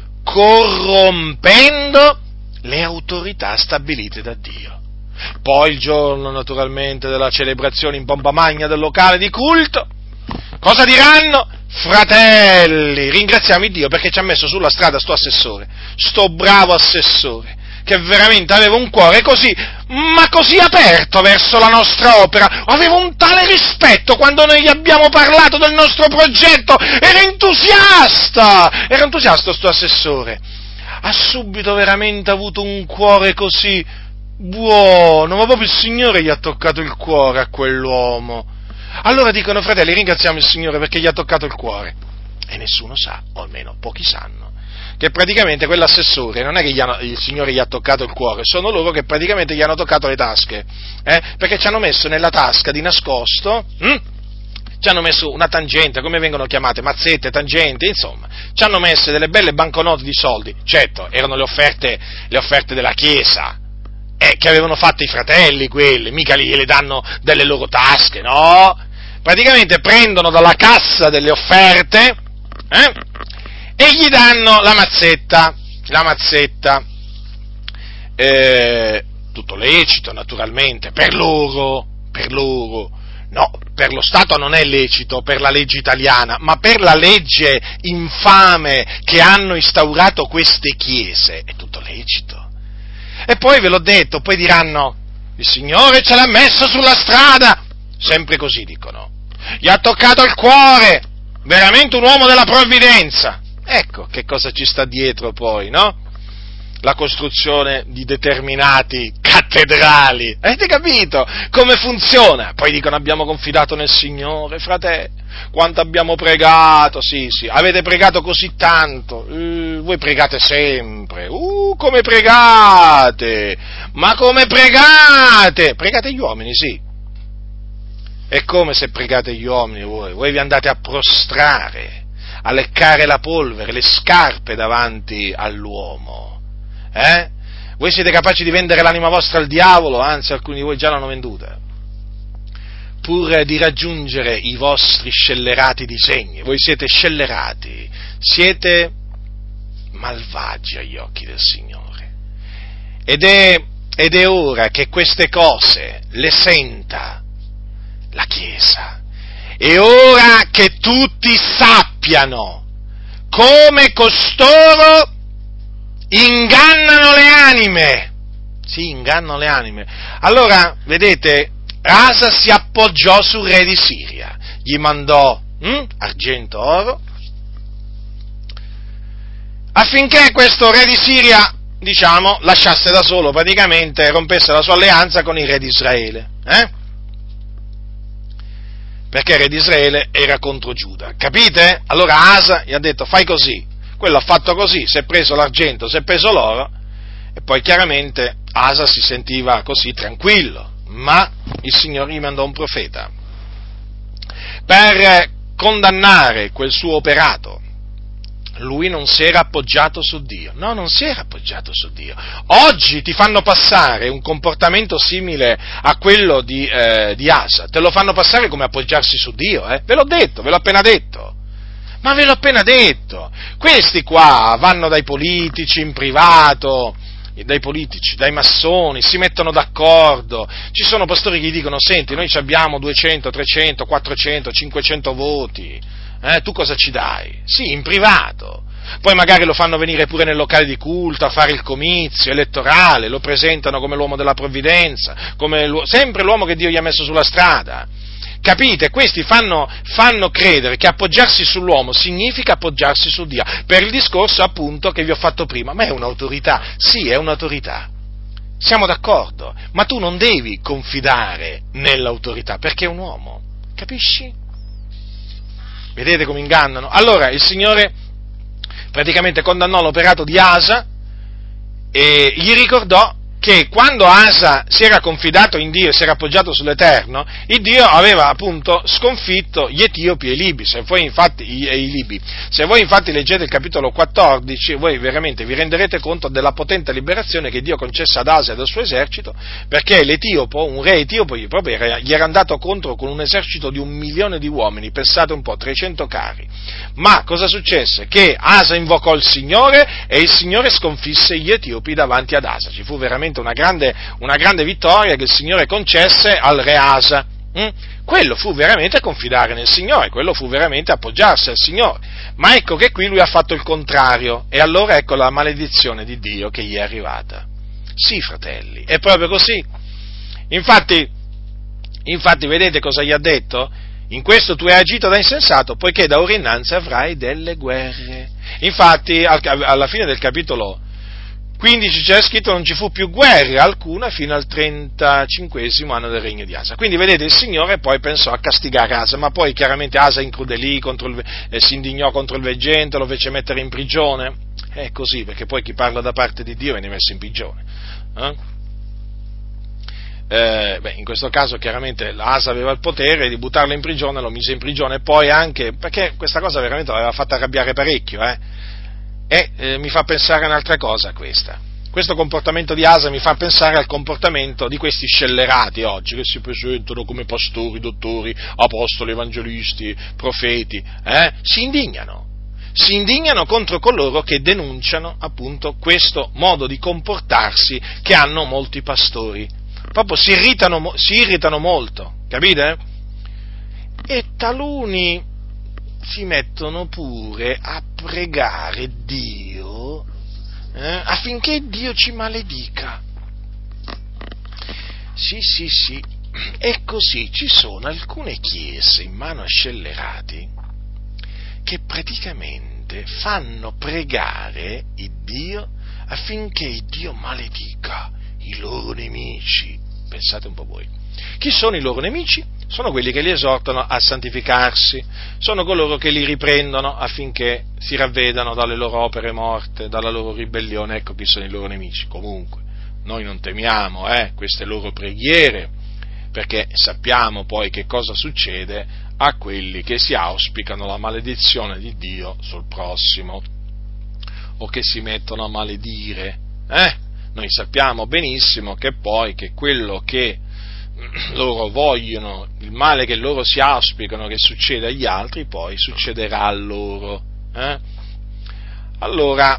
corrompendo le autorità stabilite da Dio. Poi il giorno, naturalmente, della celebrazione in pompa magna del locale di culto, cosa diranno? Fratelli, ringraziamo Dio perché ci ha messo sulla strada sto assessore, sto bravo assessore, che veramente aveva un cuore così, ma così aperto verso la nostra opera, aveva un tale rispetto quando noi gli abbiamo parlato del nostro progetto, era entusiasta, era entusiasta sto assessore, ha subito veramente avuto un cuore così buono, ma proprio il Signore gli ha toccato il cuore a quell'uomo. Allora dicono, fratelli, ringraziamo il Signore perché gli ha toccato il cuore, e nessuno sa, o almeno pochi sanno, che praticamente quell'assessore non è che gli hanno, il Signore gli ha toccato il cuore, sono loro che praticamente gli hanno toccato le tasche, eh? Perché ci hanno messo nella tasca di nascosto, hm? ci hanno messo una tangente, come vengono chiamate, mazzette, tangenti, insomma, ci hanno messo delle belle banconote di soldi, certo, erano le offerte, le offerte della Chiesa, eh, che avevano fatto i fratelli quelli, mica gliele danno dalle loro tasche, no? Praticamente prendono dalla cassa delle offerte, eh? E gli danno la mazzetta, la mazzetta, eh, tutto lecito naturalmente, per loro, per loro, no, per lo Stato non è lecito, per la legge italiana, ma per la legge infame che hanno instaurato queste chiese, è tutto lecito. E poi ve l'ho detto, poi diranno, il Signore ce l'ha messo sulla strada, sempre così dicono, gli ha toccato il cuore, veramente un uomo della provvidenza. Ecco che cosa ci sta dietro poi, no? La costruzione di determinati cattedrali. Avete capito come funziona? Poi dicono abbiamo confidato nel Signore, fratelli, quanto abbiamo pregato, sì, sì, avete pregato così tanto, uh, voi pregate sempre, uh, come pregate, ma come pregate? Pregate gli uomini, sì. È come se pregate gli uomini voi, voi vi andate a prostrare, a leccare la polvere, le scarpe davanti all'uomo, eh? Voi siete capaci di vendere l'anima vostra al diavolo, anzi alcuni di voi già l'hanno venduta, pur di raggiungere i vostri scellerati disegni. Voi siete scellerati, siete malvagi agli occhi del Signore, ed è, ed è ora che queste cose le senta la Chiesa. È ora che tutti sappiano come costoro ingannano le anime. Sì, ingannano le anime. Allora, vedete, Asa si appoggiò sul re di Siria, gli mandò hm, argento, oro, affinché questo re di Siria, diciamo, lasciasse da solo, praticamente rompesse la sua alleanza con il re di Israele, eh? Perché il re di Israele era contro Giuda, capite? Allora Asa gli ha detto fai così, quello ha fatto così, si è preso l'argento, si è preso l'oro, e poi chiaramente Asa si sentiva così tranquillo, ma il Signore gli mandò un profeta per condannare quel suo operato. Lui non si era appoggiato su Dio, no, non si era appoggiato su Dio. Oggi ti fanno passare un comportamento simile a quello di, eh, di Asa, te lo fanno passare come appoggiarsi su Dio, eh? Ve l'ho detto, ve l'ho appena detto, ma ve l'ho appena detto. Questi qua vanno dai politici in privato, dai politici, dai massoni, si mettono d'accordo. Ci sono pastori che dicono: senti, noi abbiamo duecento, trecento, quattrocento, cinquecento voti, eh, tu cosa ci dai? Sì, in privato. Poi magari lo fanno venire pure nel locale di culto a fare il comizio elettorale, lo presentano come l'uomo della provvidenza, come l'uomo, sempre l'uomo che Dio gli ha messo sulla strada. Capite? Questi fanno, fanno credere che appoggiarsi sull'uomo significa appoggiarsi su Dio, per il discorso appunto che vi ho fatto prima. Ma è un'autorità? Sì, è un'autorità. Siamo d'accordo, ma tu non devi confidare nell'autorità, perché è un uomo. Capisci? Vedete come ingannano? Allora, il Signore praticamente condannò l'operato di Asa e gli ricordò che quando Asa si era confidato in Dio e si era appoggiato sull'Eterno, il Dio aveva appunto sconfitto gli Etiopi e i Libi, se voi infatti, i, i Libi. Se voi infatti leggete il capitolo quattordici, voi veramente vi renderete conto della potente liberazione che Dio concesse ad Asa e al suo esercito, perché l'Etiopo, un re etiopo, gli, proprio era, gli era andato contro con un esercito di un milione di uomini, pensate un po', trecento carri. Ma cosa successe? Che Asa invocò il Signore e il Signore sconfisse gli Etiopi davanti ad Asa. Ci fu veramente una grande, una grande vittoria che il Signore concesse al re Asa. Mm? Quello fu veramente confidare nel Signore, quello fu veramente appoggiarsi al Signore. Ma ecco che qui lui ha fatto il contrario, e allora ecco la maledizione di Dio che gli è arrivata. Sì, fratelli, è proprio così. Infatti, infatti vedete cosa gli ha detto? In questo tu hai agito da insensato, poiché da ora innanzi avrai delle guerre. Infatti, alla fine del capitolo quindici c'è scritto: non ci fu più guerra alcuna fino al trentacinquesimo anno del regno di Asa. Quindi vedete, il Signore poi pensò a castigare Asa, ma poi chiaramente Asa incrudelì, contro il, eh, si indignò contro il veggente, lo fece mettere in prigione. È così, perché poi chi parla da parte di Dio viene messo in prigione. Eh? Eh, beh, in questo caso chiaramente Asa aveva il potere di buttarlo in prigione, lo mise in prigione, e poi anche, perché questa cosa veramente l'aveva fatta arrabbiare parecchio, eh? E eh, mi fa pensare a un'altra cosa questa. Questo comportamento di Asa mi fa pensare al comportamento di questi scellerati oggi, che si presentano come pastori, dottori, apostoli, evangelisti, profeti, eh? si indignano. Si indignano contro coloro che denunciano appunto questo modo di comportarsi che hanno molti pastori. Proprio si irritano, si irritano molto, capite? E taluni si mettono pure a pregare Dio eh, affinché Dio ci maledica. Sì, sì, sì, è così. Ci sono alcune chiese in mano a scellerati che praticamente fanno pregare il Dio affinché il Dio maledica i loro nemici. Pensate un po' voi. Chi sono i loro nemici? Sono quelli che li esortano a santificarsi, sono coloro che li riprendono affinché si ravvedano dalle loro opere morte, dalla loro ribellione. Ecco chi sono i loro nemici. Comunque, noi non temiamo eh, queste loro preghiere, perché sappiamo poi che cosa succede a quelli che si auspicano la maledizione di Dio sul prossimo, o che si mettono a maledire. Eh? Noi sappiamo benissimo che poi che quello che loro vogliono, il male che loro si auspicano che succeda agli altri, poi succederà a loro. Eh? Allora,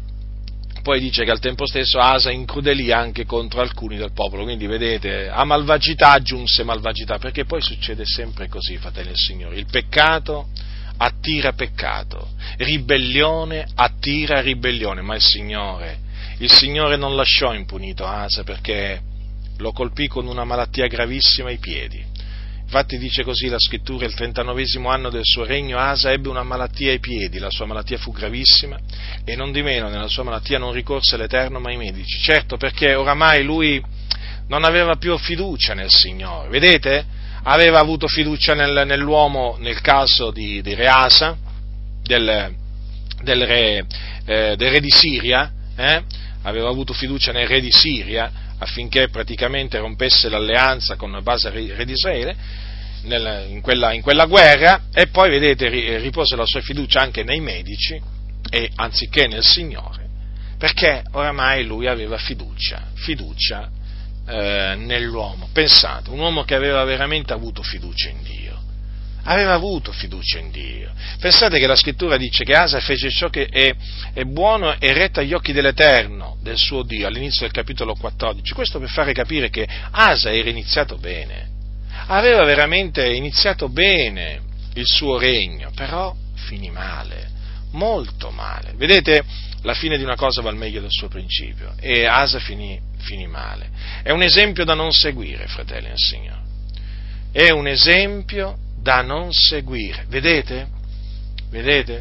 poi dice che al tempo stesso Asa incrudelì anche contro alcuni del popolo, quindi vedete, a malvagità aggiunse malvagità, perché poi succede sempre così, fratelli del Signore, il peccato attira peccato, ribellione attira ribellione, ma il Signore, il Signore non lasciò impunito Asa, perché lo colpì con una malattia gravissima ai piedi. Infatti dice così la scrittura: il trentanovesimo anno del suo regno Asa ebbe una malattia ai piedi, la sua malattia fu gravissima, e non di meno nella sua malattia non ricorse all'Eterno ma ai medici. Certo, perché oramai lui non aveva più fiducia nel Signore, vedete? Aveva avuto fiducia nel, nell'uomo nel caso di, di re Asa, del, del, re, eh, del re di Siria, eh? aveva avuto fiducia nel re di Siria, affinché praticamente rompesse l'alleanza con Basa, re di Israele, nel, in, quella, in quella guerra, e poi, vedete, ripose la sua fiducia anche nei medici, e anziché nel Signore, perché oramai lui aveva fiducia, fiducia eh, nell'uomo. Pensate, un uomo che aveva veramente avuto fiducia in Dio, aveva avuto fiducia in Dio. Pensate che la scrittura dice che Asa fece ciò che è, è buono e retto agli occhi dell'Eterno, del suo Dio, all'inizio del capitolo quattordici. Questo per fare capire che Asa era iniziato bene, aveva veramente iniziato bene il suo regno, però finì male, molto male. Vedete, la fine di una cosa va al meglio del suo principio, e Asa finì, finì male. È un esempio da non seguire, fratelli del Signore. È un esempio da non seguire. Vedete? Vedete?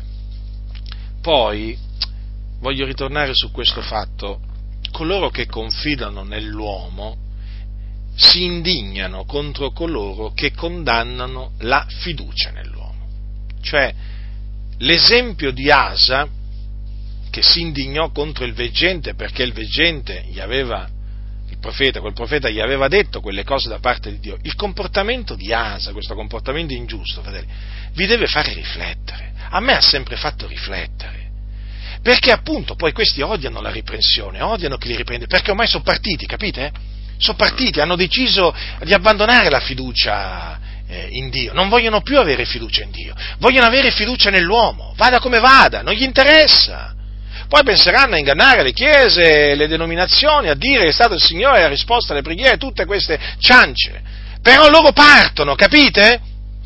Poi voglio ritornare su questo fatto. Coloro che confidano nell'uomo si indignano contro coloro che condannano la fiducia nell'uomo. Cioè, l'esempio di Asa, che si indignò contro il veggente perché il veggente gli aveva, il profeta, quel profeta gli aveva detto quelle cose da parte di Dio. Il comportamento di Asa, questo comportamento ingiusto, fratelli, vi deve fare riflettere. A me ha sempre fatto riflettere. Perché appunto poi questi odiano la riprensione, odiano chi li riprende, perché ormai sono partiti, capite? Sono partiti, hanno deciso di abbandonare la fiducia eh, in Dio, non vogliono più avere fiducia in Dio, vogliono avere fiducia nell'uomo, vada come vada, non gli interessa. Poi penseranno a ingannare le chiese, le denominazioni, a dire che è stato il Signore a risposta alle preghiere, tutte queste ciance. Però loro partono, capite?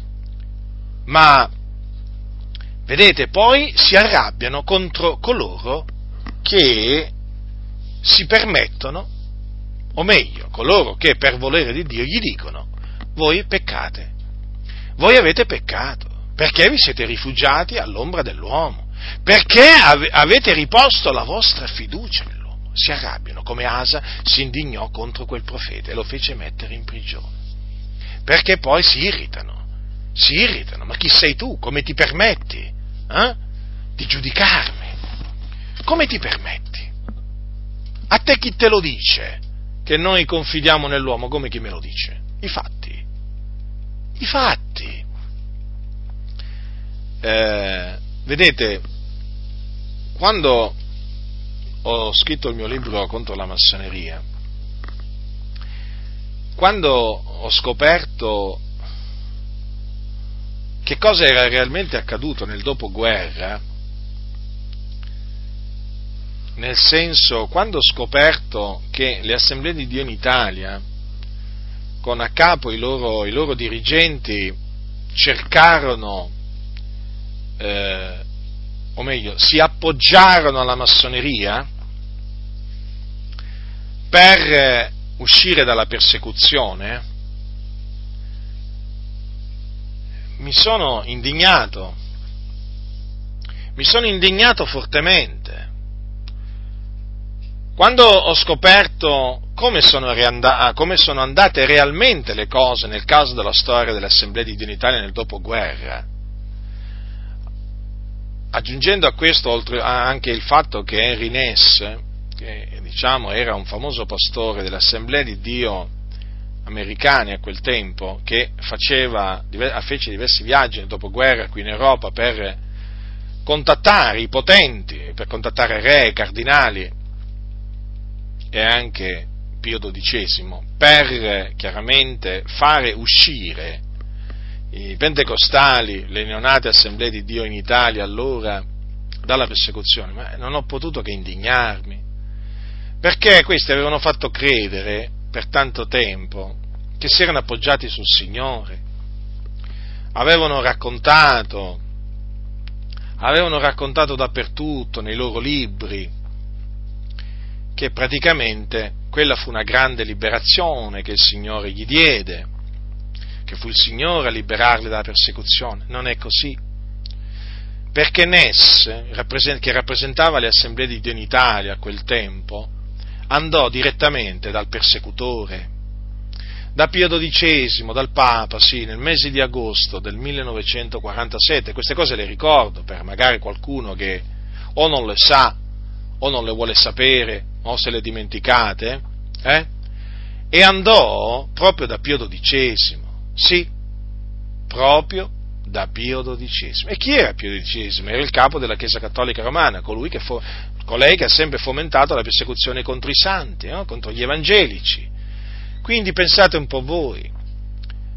Ma, vedete, poi si arrabbiano contro coloro che si permettono, o meglio, coloro che per volere di Dio gli dicono: voi peccate, voi avete peccato, perché vi siete rifugiati all'ombra dell'uomo, perché avete riposto la vostra fiducia nell'uomo. Si arrabbiano, come Asa si indignò contro quel profeta e lo fece mettere in prigione, perché poi si irritano, si irritano, ma chi sei tu? Come ti permetti eh? di giudicarmi? Come ti permetti? A te chi te lo dice che noi confidiamo nell'uomo? Come chi me lo dice? I fatti, i fatti. Eh, vedete, quando ho scritto il mio libro contro la massoneria, quando ho scoperto che cosa era realmente accaduto nel dopoguerra, nel senso, quando ho scoperto che le Assemblee di Dio in Italia, con a capo i loro, i loro dirigenti, cercarono, eh, o meglio, si appoggiarono alla massoneria per uscire dalla persecuzione, mi sono indignato, mi sono indignato fortemente. Quando ho scoperto come sono, rianda- come sono andate realmente le cose nel caso della storia delle Assemblee di Dio in Italia nel dopoguerra, aggiungendo a questo oltre, anche il fatto che Henry Ness, che diciamo era un famoso pastore delle Assemblee di Dio americane a quel tempo, che faceva, fece diversi viaggi nel dopoguerra qui in Europa per contattare i potenti, per contattare re, cardinali e anche Pio dodicesimo, per chiaramente fare uscire i pentecostali, le neonate Assemblee di Dio in Italia allora dalla persecuzione. Ma non ho potuto che indignarmi, perché questi avevano fatto credere per tanto tempo che si erano appoggiati sul Signore, avevano raccontato, avevano raccontato dappertutto nei loro libri che praticamente quella fu una grande liberazione che il Signore gli diede, che fu il Signore a liberarli dalla persecuzione. Non è così, perché Ness, che rappresentava le Assemblee di Dio in Italia a quel tempo, andò direttamente dal persecutore, da Pio dodicesimo, dal Papa, sì, nel mese di agosto del millenovecentoquarantasette. Queste cose le ricordo per magari qualcuno che o non le sa o non le vuole sapere o se le dimenticate, eh? E andò proprio da Pio dodicesimo, sì, proprio da Pio dodicesimo. E chi era Pio dodicesimo? Era il capo della Chiesa Cattolica Romana, colui che fo- colei che ha sempre fomentato la persecuzione contro i santi, no? Contro gli evangelici. Quindi pensate un po' voi,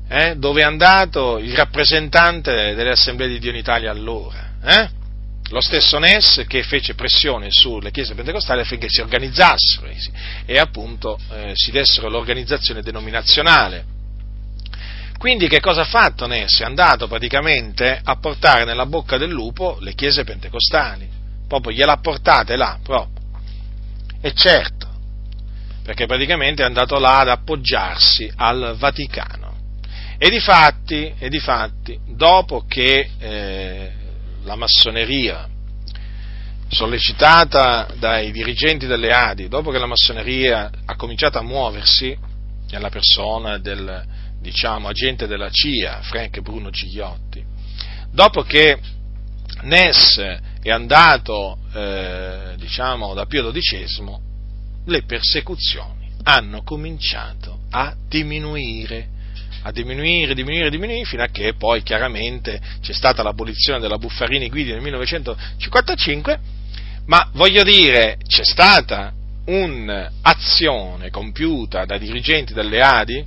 eh, dove è andato il rappresentante delle Assemblee di Dio in Italia allora, eh? Lo stesso Ness che fece pressione sulle chiese pentecostali affinché si organizzassero e, e appunto eh, si dessero l'organizzazione denominazionale. Quindi che cosa ha fatto Ness? È andato praticamente a portare nella bocca del lupo le chiese pentecostali, proprio gliel'ha portate là, proprio. E certo, perché praticamente è andato là ad appoggiarsi al Vaticano. E difatti, e difatti dopo che eh, la massoneria, sollecitata dai dirigenti delle A D I, dopo che la massoneria ha cominciato a muoversi nella persona del, diciamo, agente della C I A, Frank Bruno Gigliotti, dopo che Ness è andato, eh, diciamo, da Pio dodicesimo, le persecuzioni hanno cominciato a diminuire, a diminuire, diminuire, diminuire, fino a che poi chiaramente c'è stata l'abolizione della Buffarini Guidi nel millenovecentocinquantacinque, ma voglio dire, c'è stata un'azione compiuta da dirigenti delle A D I,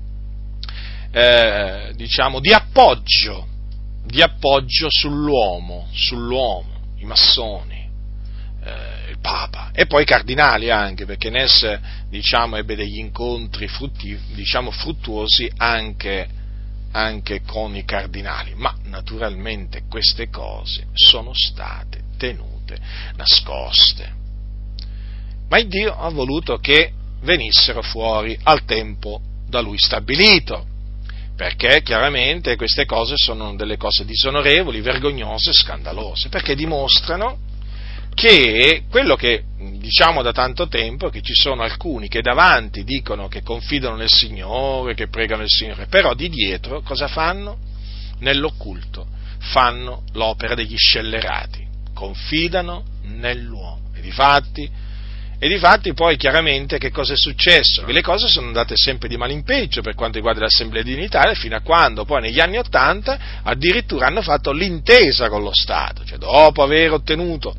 eh, diciamo, di appoggio, di appoggio sull'uomo, sull'uomo, i massoni, eh, il Papa, e poi i cardinali anche, perché Ness, diciamo, ebbe degli incontri frutti, diciamo, fruttuosi anche, anche con i cardinali, ma naturalmente queste cose sono state tenute nascoste. Ma il Dio ha voluto che venissero fuori al tempo da Lui stabilito, perché chiaramente queste cose sono delle cose disonorevoli, vergognose, scandalose, perché dimostrano che quello che diciamo da tanto tempo, che ci sono alcuni che davanti dicono che confidano nel Signore, che pregano il Signore, però di dietro cosa fanno? Nell'occulto fanno l'opera degli scellerati, confidano nell'uomo. E difatti, e difatti poi chiaramente che cosa è successo? Che le cose sono andate sempre di male in peggio per quanto riguarda l'Assemblea di Unità, fino a quando poi negli anni Ottanta addirittura hanno fatto l'intesa con lo Stato, cioè dopo aver ottenuto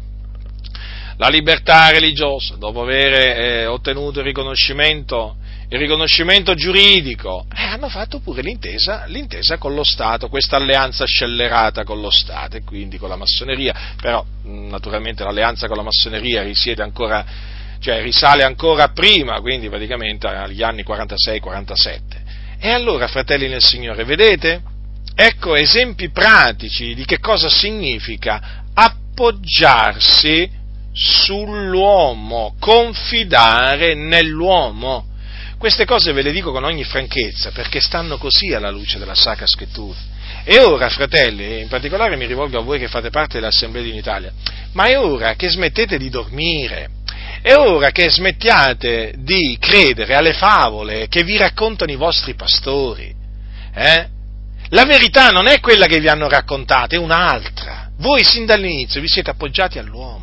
la libertà religiosa, dopo aver eh, ottenuto il riconoscimento, il riconoscimento giuridico, eh, hanno fatto pure l'intesa, l'intesa con lo Stato, questa alleanza scellerata con lo Stato e quindi con la massoneria, però mh, naturalmente l'alleanza con la massoneria risiede ancora, cioè risale ancora prima, quindi praticamente agli anni quarantasei quarantasette. E allora, fratelli nel Signore, vedete? Ecco esempi pratici di che cosa significa appoggiarsi sull'uomo, confidare nell'uomo. Queste cose ve le dico con ogni franchezza, perché stanno così alla luce della Sacra Scrittura. E ora, fratelli, in particolare mi rivolgo a voi che fate parte dell'Assemblea di Italia, ma è ora che smettete di dormire, è ora che smettiate di credere alle favole che vi raccontano i vostri pastori, eh? La verità non è quella che vi hanno raccontato, è un'altra. Voi sin dall'inizio vi siete appoggiati all'uomo.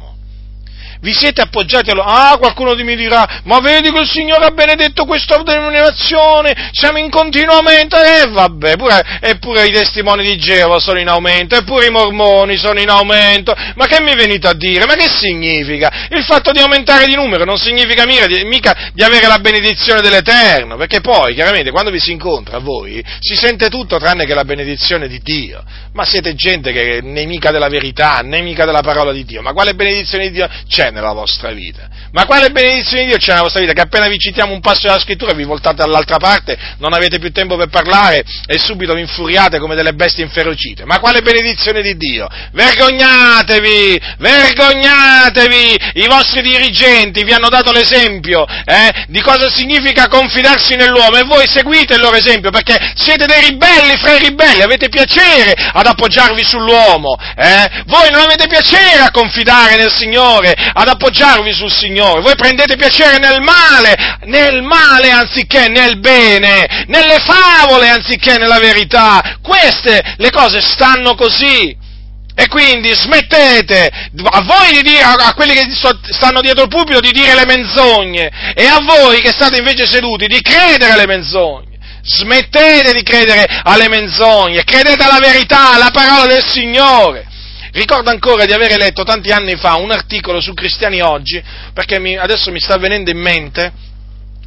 Vi siete appoggiati all'uomo. Ah, qualcuno di mi dirà, ma vedi che il Signore ha benedetto questa denominazione, siamo in continuo aumento, e eh, vabbè, pure, eppure i testimoni di Geova sono in aumento, eppure i mormoni sono in aumento, ma che mi venite a dire? Ma che significa? Il fatto di aumentare di numero non significa mica di, mica di avere la benedizione dell'Eterno, perché poi, chiaramente, quando vi si incontra a voi, si sente tutto tranne che la benedizione di Dio, ma siete gente che è nemica della verità, nemica della parola di Dio, ma quale benedizione di Dio c'è nella vostra vita? Ma quale benedizione di Dio c'è nella vostra vita? Che appena vi citiamo un passo della Scrittura vi voltate dall'altra parte, non avete più tempo per parlare e subito vi infuriate come delle bestie inferocite. Ma quale benedizione di Dio? Vergognatevi! Vergognatevi! I vostri dirigenti vi hanno dato l'esempio eh, di cosa significa confidarsi nell'uomo e voi seguite il loro esempio, perché siete dei ribelli fra i ribelli, avete piacere ad appoggiarvi sull'uomo, eh? Voi non avete piacere a confidare nel Signore, ad appoggiarvi sul Signore, voi prendete piacere nel male, nel male anziché nel bene, nelle favole anziché nella verità. Queste le cose stanno così. E quindi smettete, a voi di dire, a quelli che stanno dietro il pulpito, di dire le menzogne, e a voi che state invece seduti di credere alle menzogne. Smettete di credere alle menzogne, credete alla verità, alla parola del Signore. Ricordo ancora di aver letto tanti anni fa un articolo su Cristiani Oggi, perché mi, adesso mi sta venendo in mente,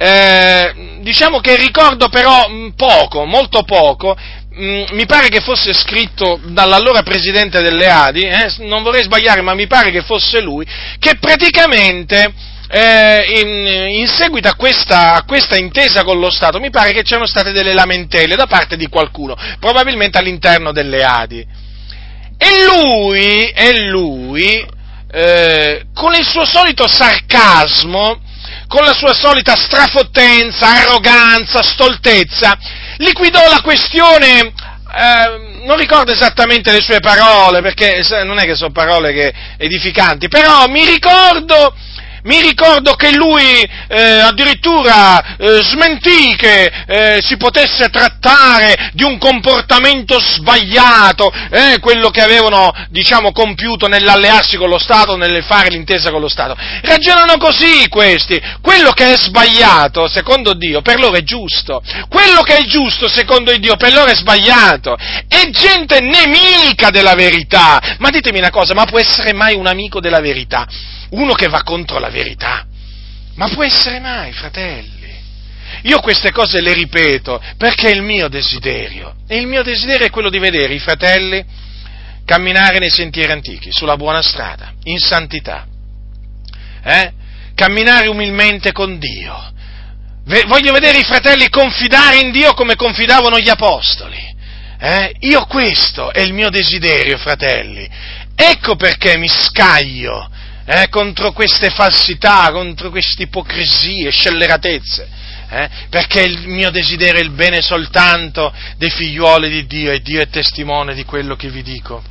eh, diciamo che ricordo però mh, poco, molto poco, mh, mi pare che fosse scritto dall'allora presidente delle Adi, eh, non vorrei sbagliare, ma mi pare che fosse lui, che praticamente Eh, in, in seguito a questa, a questa intesa con lo Stato, mi pare che c'erano state delle lamentele da parte di qualcuno, probabilmente all'interno delle Adi. E lui, e lui eh, con il suo solito sarcasmo, con la sua solita strafottenza, arroganza, stoltezza, liquidò la questione. Eh, non ricordo esattamente le sue parole, perché non è che sono parole che edificanti, però mi ricordo Mi ricordo che lui eh, addirittura eh, smentì che eh, si potesse trattare di un comportamento sbagliato, eh, quello che avevano, diciamo, compiuto nell'allearsi con lo Stato, nel fare l'intesa con lo Stato. Ragionano così questi: quello che è sbagliato, secondo Dio, per loro è giusto; quello che è giusto, secondo Dio, per loro è sbagliato. È gente nemica della verità. Ma ditemi una cosa, ma può essere mai un amico della verità uno che va contro la verità? Ma può essere mai, fratelli? Io queste cose le ripeto perché è il mio desiderio, e il mio desiderio è quello di vedere i fratelli camminare nei sentieri antichi, sulla buona strada, in santità, eh? Camminare umilmente con Dio. V- voglio vedere i fratelli confidare in Dio come confidavano gli apostoli. Eh? Io questo è il mio desiderio, fratelli. Ecco perché mi scaglio Eh, contro queste falsità, contro queste ipocrisie, scelleratezze, eh, perché il mio desiderio è il bene soltanto dei figliuoli di Dio, e Dio è testimone di quello che vi dico.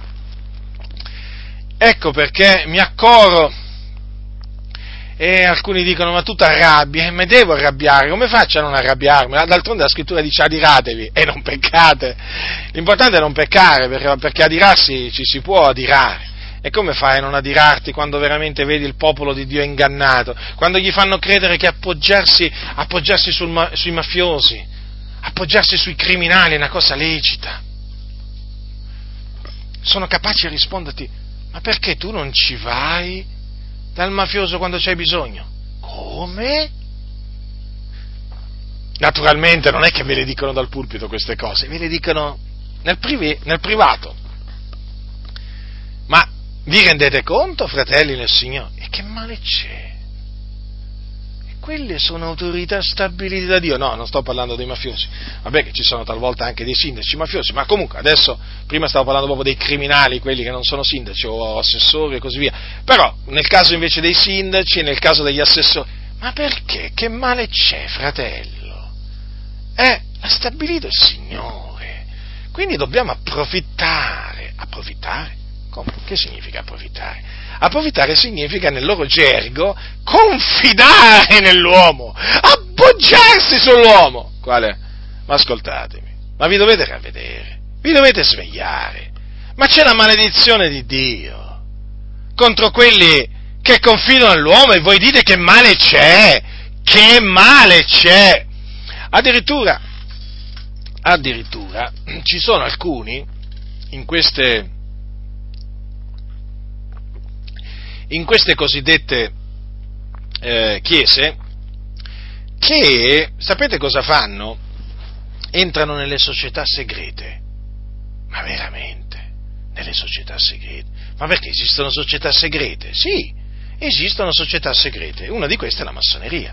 Ecco perché mi accoro, e alcuni dicono: ma tu ti arrabbi? Eh, me devo arrabbiare, come faccio a non arrabbiarmi? D'altronde la scrittura dice: adiratevi e non peccate. L'importante è non peccare, perché, perché adirarsi ci si può adirare. E come fai a non adirarti quando veramente vedi il popolo di Dio ingannato? Quando gli fanno credere che appoggiarsi, appoggiarsi sul, sui mafiosi, appoggiarsi sui criminali è una cosa lecita. Sono capaci a risponderti: ma perché tu non ci vai dal mafioso quando c'hai bisogno? Come? Naturalmente non è che ve le dicono dal pulpito queste cose, ve le dicono nel, privi, nel privato. Ma vi rendete conto, fratelli nel Signore? E che male c'è? E quelle sono autorità stabilite da Dio. No, non sto parlando dei mafiosi. Vabbè che ci sono talvolta anche dei sindaci mafiosi, ma comunque adesso, prima stavo parlando proprio dei criminali, quelli che non sono sindaci o assessori e così via. Però, nel caso invece dei sindaci, nel caso degli assessori, ma perché? Che male c'è, fratello? Eh, l'ha stabilito il Signore. Quindi dobbiamo approfittare. Approfittare? Come? Che significa approfittare? Approfittare significa, nel loro gergo, confidare nell'uomo, appoggiarsi sull'uomo. Quale? Ma ascoltatemi, ma vi dovete ravvedere, vi dovete svegliare. Ma c'è la maledizione di Dio contro quelli che confidano nell'uomo, e voi dite che male c'è, che male c'è. Addirittura, addirittura, ci sono alcuni in queste in queste cosiddette eh, chiese, che, sapete cosa fanno? Entrano nelle società segrete. Ma veramente? Nelle società segrete? Ma perché esistono società segrete? Sì, esistono società segrete. Una di queste è la massoneria.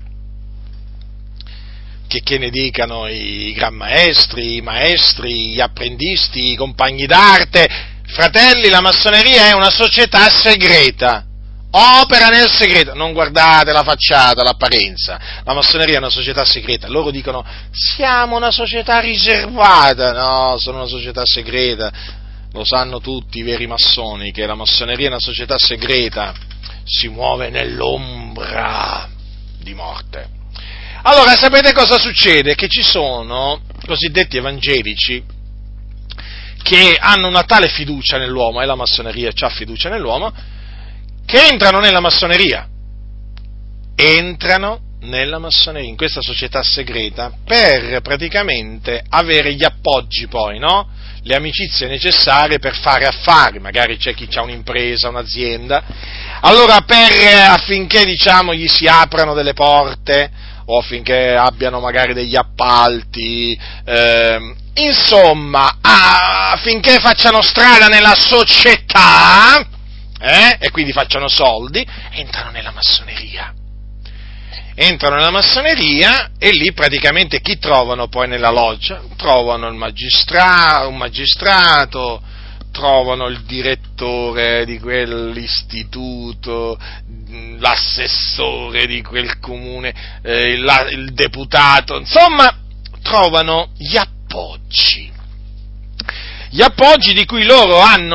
Che, che ne dicano i gran maestri, i maestri, gli apprendisti, i compagni d'arte. Fratelli, la massoneria è una società segreta, opera nel segreto. Non guardate la facciata, l'apparenza. La massoneria è una società segreta. Loro dicono: siamo una società riservata. No, sono una società segreta. Lo sanno tutti i veri massoni che la massoneria è una società segreta, si muove nell'ombra di morte. Allora, sapete cosa succede? Che ci sono cosiddetti evangelici che hanno una tale fiducia nell'uomo, e la massoneria c'ha fiducia nell'uomo, che entrano nella massoneria, entrano nella massoneria, in questa società segreta, per praticamente avere gli appoggi poi, no? Le amicizie necessarie per fare affari. Magari c'è chi ha un'impresa, un'azienda, allora per, affinché, diciamo, gli si aprano delle porte, o affinché abbiano magari degli appalti, eh, insomma, affinché facciano strada nella società, eh, e quindi facciano soldi, entrano nella massoneria. Entrano nella massoneria e lì praticamente chi trovano poi nella loggia? Trovano il magistra- un magistrato, trovano il direttore di quell'istituto, l'assessore di quel comune, eh, il, il deputato, insomma, trovano gli appoggi. Gli appoggi di cui loro hanno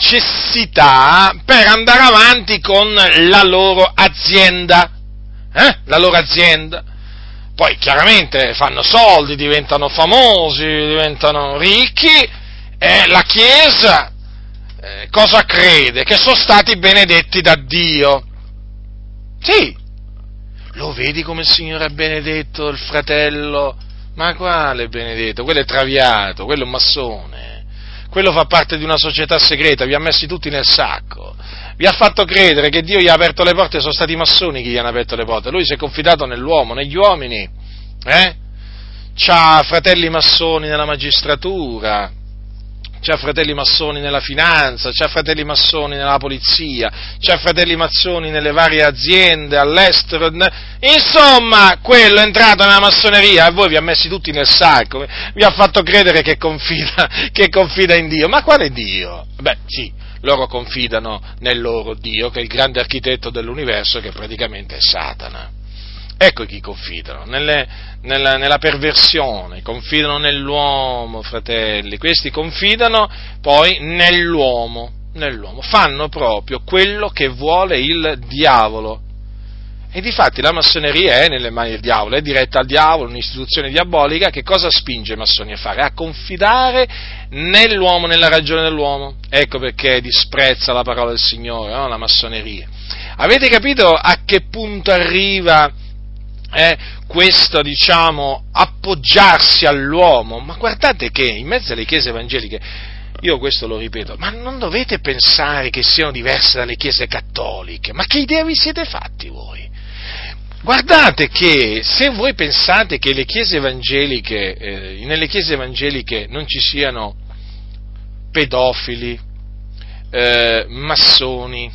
necessità per andare avanti con la loro azienda. Eh? La loro azienda. Poi chiaramente fanno soldi, diventano famosi, diventano ricchi, e la Chiesa eh, cosa crede? Che sono stati benedetti da Dio. Sì, lo vedi come il Signore ha benedetto il fratello? Ma quale benedetto? Quello è traviato, quello è un massone, quello fa parte di una società segreta, vi ha messi tutti nel sacco. Vi ha fatto credere che Dio gli ha aperto le porte, sono stati i massoni che gli hanno aperto le porte, lui si è confidato nell'uomo, negli uomini, eh? C'ha fratelli massoni nella magistratura, c'ha fratelli massoni nella finanza, c'ha fratelli massoni nella polizia, c'ha fratelli massoni nelle varie aziende, all'estero, insomma, quello è entrato nella massoneria e voi vi ha messi tutti nel sacco, vi ha fatto credere che confida, che confida in Dio, ma quale Dio? Beh, sì. Loro confidano nel loro Dio, che è il grande architetto dell'universo, che praticamente è Satana. Ecco chi confidano, nelle, nella, nella perversione, confidano nell'uomo, fratelli. Questi confidano poi nell'uomo, nell'uomo. Fanno proprio quello che vuole il diavolo. E difatti la massoneria è nelle mani del diavolo, è diretta al diavolo, un'istituzione diabolica. Che cosa spinge i massoni a fare? A confidare nell'uomo, nella ragione dell'uomo. Ecco perché disprezza la parola del Signore, no? La massoneria. Avete capito a che punto arriva eh, questo, diciamo, appoggiarsi all'uomo? Ma guardate che in mezzo alle chiese evangeliche, io questo lo ripeto, ma non dovete pensare che siano diverse dalle chiese cattoliche, ma che idea vi siete fatti voi? Guardate che se voi pensate che le chiese evangeliche, eh, nelle chiese evangeliche non ci siano pedofili, eh, massoni,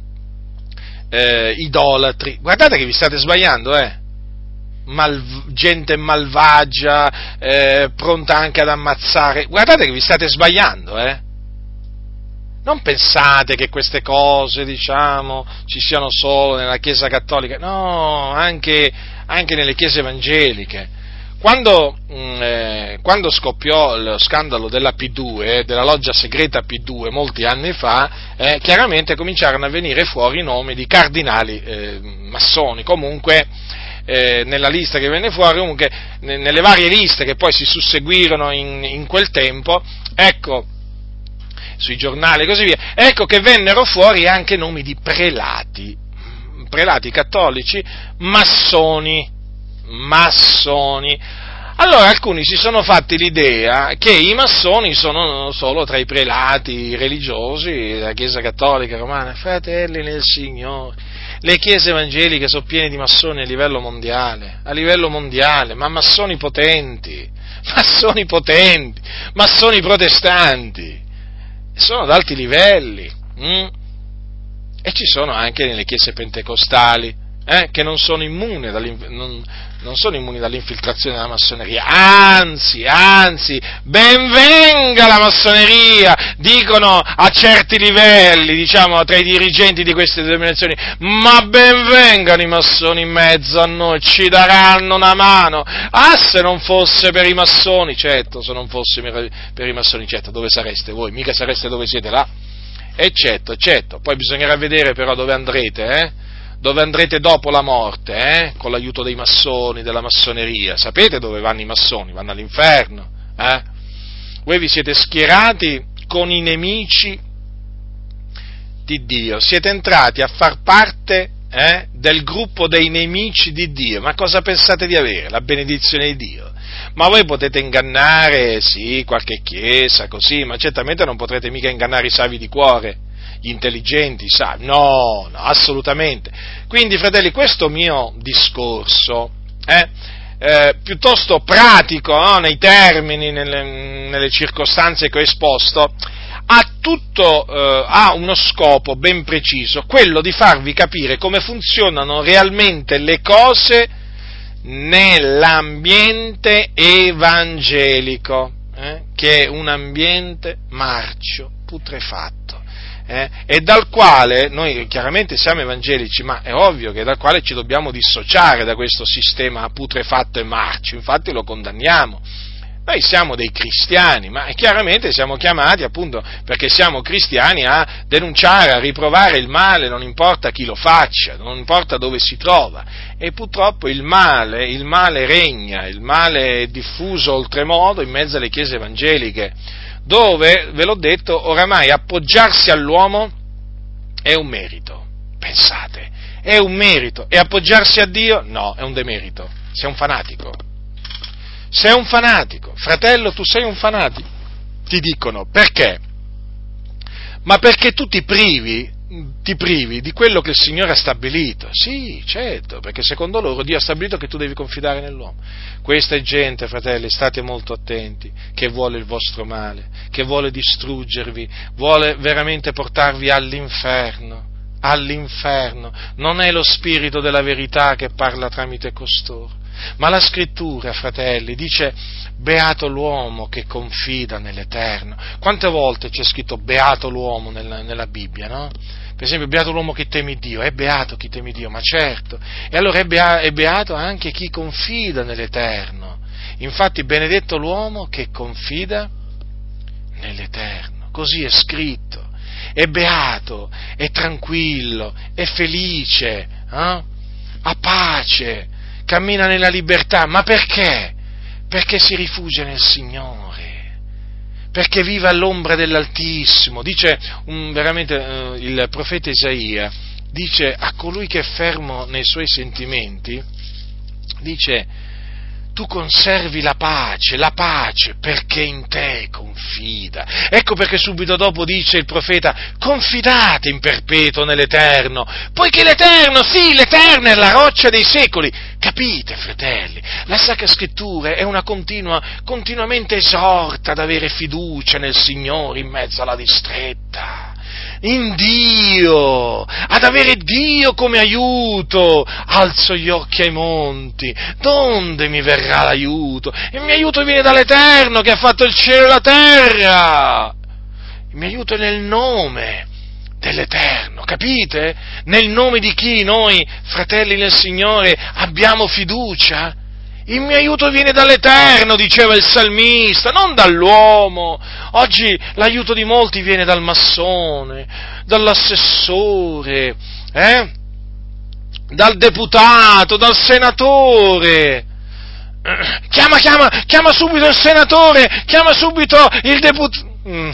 eh, idolatri, guardate che vi state sbagliando, eh? Mal, gente malvagia, eh, pronta anche ad ammazzare, guardate che vi state sbagliando, eh? Non pensate che queste cose, diciamo, ci siano solo nella Chiesa cattolica, no, anche, anche nelle chiese evangeliche. Quando, eh, quando scoppiò lo scandalo della P due, della loggia segreta P due, molti anni fa, eh, chiaramente cominciarono a venire fuori i nomi di cardinali eh, massoni, comunque eh, nella lista che venne fuori, comunque nelle varie liste che poi si susseguirono in, in quel tempo, ecco, sui giornali e così via, ecco che vennero fuori anche nomi di prelati, prelati cattolici, massoni, massoni. Allora alcuni si sono fatti l'idea che i massoni sono solo tra i prelati religiosi della Chiesa cattolica romana. Fratelli nel Signore, le chiese evangeliche sono piene di massoni a livello mondiale, a livello mondiale, ma massoni potenti, massoni potenti, massoni protestanti. Sono ad alti livelli, hm? E ci sono anche nelle chiese pentecostali, eh, che non sono immuni non, non sono immuni dall'infiltrazione della massoneria, anzi, anzi, ben venga la massoneria, dicono a certi livelli, diciamo, tra i dirigenti di queste denominazioni, ma ben vengano i massoni in mezzo a noi, ci daranno una mano. Ah, se non fosse per i massoni, certo, se non fosse per i massoni, certo, dove sareste voi? Mica sareste dove siete là? E certo, certo, poi bisognerà vedere però dove andrete, eh? Dove andrete dopo la morte, eh? Con l'aiuto dei massoni, della massoneria. Sapete dove vanno i massoni? Vanno all'inferno, eh? Voi vi siete schierati con i nemici di Dio, siete entrati a far parte eh, del gruppo dei nemici di Dio. Ma cosa pensate di avere? La benedizione di Dio? Ma voi potete ingannare, sì, qualche chiesa, così, ma certamente non potrete mica ingannare i savi di cuore, gli intelligenti, i savi, no, no, assolutamente. Quindi, fratelli, questo mio discorso eh, eh, piuttosto pratico, no? Nei termini, nelle, nelle circostanze che ho esposto, ha tutto, eh, ha uno scopo ben preciso, quello di farvi capire come funzionano realmente le cose nell'ambiente evangelico, eh, che è un ambiente marcio, putrefatto, eh, e dal quale noi chiaramente siamo evangelici, ma è ovvio che dal quale ci dobbiamo dissociare da questo sistema putrefatto e marcio, infatti lo condanniamo. Noi siamo dei cristiani, ma chiaramente siamo chiamati, appunto, perché siamo cristiani, a denunciare, a riprovare il male, non importa chi lo faccia, non importa dove si trova. E purtroppo il male, il male regna, il male è diffuso oltremodo in mezzo alle chiese evangeliche, dove, ve l'ho detto, oramai appoggiarsi all'uomo è un merito. Pensate, è un merito. E appoggiarsi a Dio? No, è un demerito. Sei un fanatico. Sei un fanatico, fratello, tu sei un fanatico, ti dicono, perché? Ma perché tu ti privi, ti privi di quello che il Signore ha stabilito, sì, certo, perché secondo loro Dio ha stabilito che tu devi confidare nell'uomo. Questa è gente, fratelli, state molto attenti, che vuole il vostro male, che vuole distruggervi, vuole veramente portarvi all'inferno, all'inferno, non è lo Spirito della verità che parla tramite costoro. Ma la Scrittura, fratelli, dice beato l'uomo che confida nell'Eterno. Quante volte c'è scritto beato l'uomo nella, nella Bibbia, no? Per esempio, beato l'uomo che teme Dio, è beato chi teme Dio, ma certo. E allora è, bea, è beato anche chi confida nell'Eterno. Infatti, benedetto l'uomo che confida nell'Eterno. Così è scritto. È beato, è tranquillo, è felice, eh? Ha pace. Cammina nella libertà, ma perché? Perché si rifugia nel Signore, perché vive all'ombra dell'Altissimo. Dice um, veramente uh, il profeta Isaia, dice a colui che è fermo nei suoi sentimenti, dice tu conservi la pace, la pace perché in te confida. Ecco perché subito dopo dice il profeta, confidate in perpetuo nell'Eterno, poiché l'Eterno, sì, l'Eterno è la roccia dei secoli. Capite, fratelli? La Sacra Scrittura è una continua, continuamente esorta ad avere fiducia nel Signore in mezzo alla distretta. In Dio, ad avere Dio come aiuto. Alzo gli occhi ai monti, donde mi verrà l'aiuto? Il mio aiuto viene dall'Eterno che ha fatto il cielo e la terra. Il mio aiuto è nel nome dell'Eterno, capite? Nel nome di chi noi, fratelli nel Signore, abbiamo fiducia? Il mio aiuto viene dall'Eterno, diceva il salmista, non dall'uomo. Oggi l'aiuto di molti viene dal massone, dall'assessore, eh? dal deputato, dal senatore. Chiama, chiama, chiama subito il senatore, chiama subito il deputato. Mm.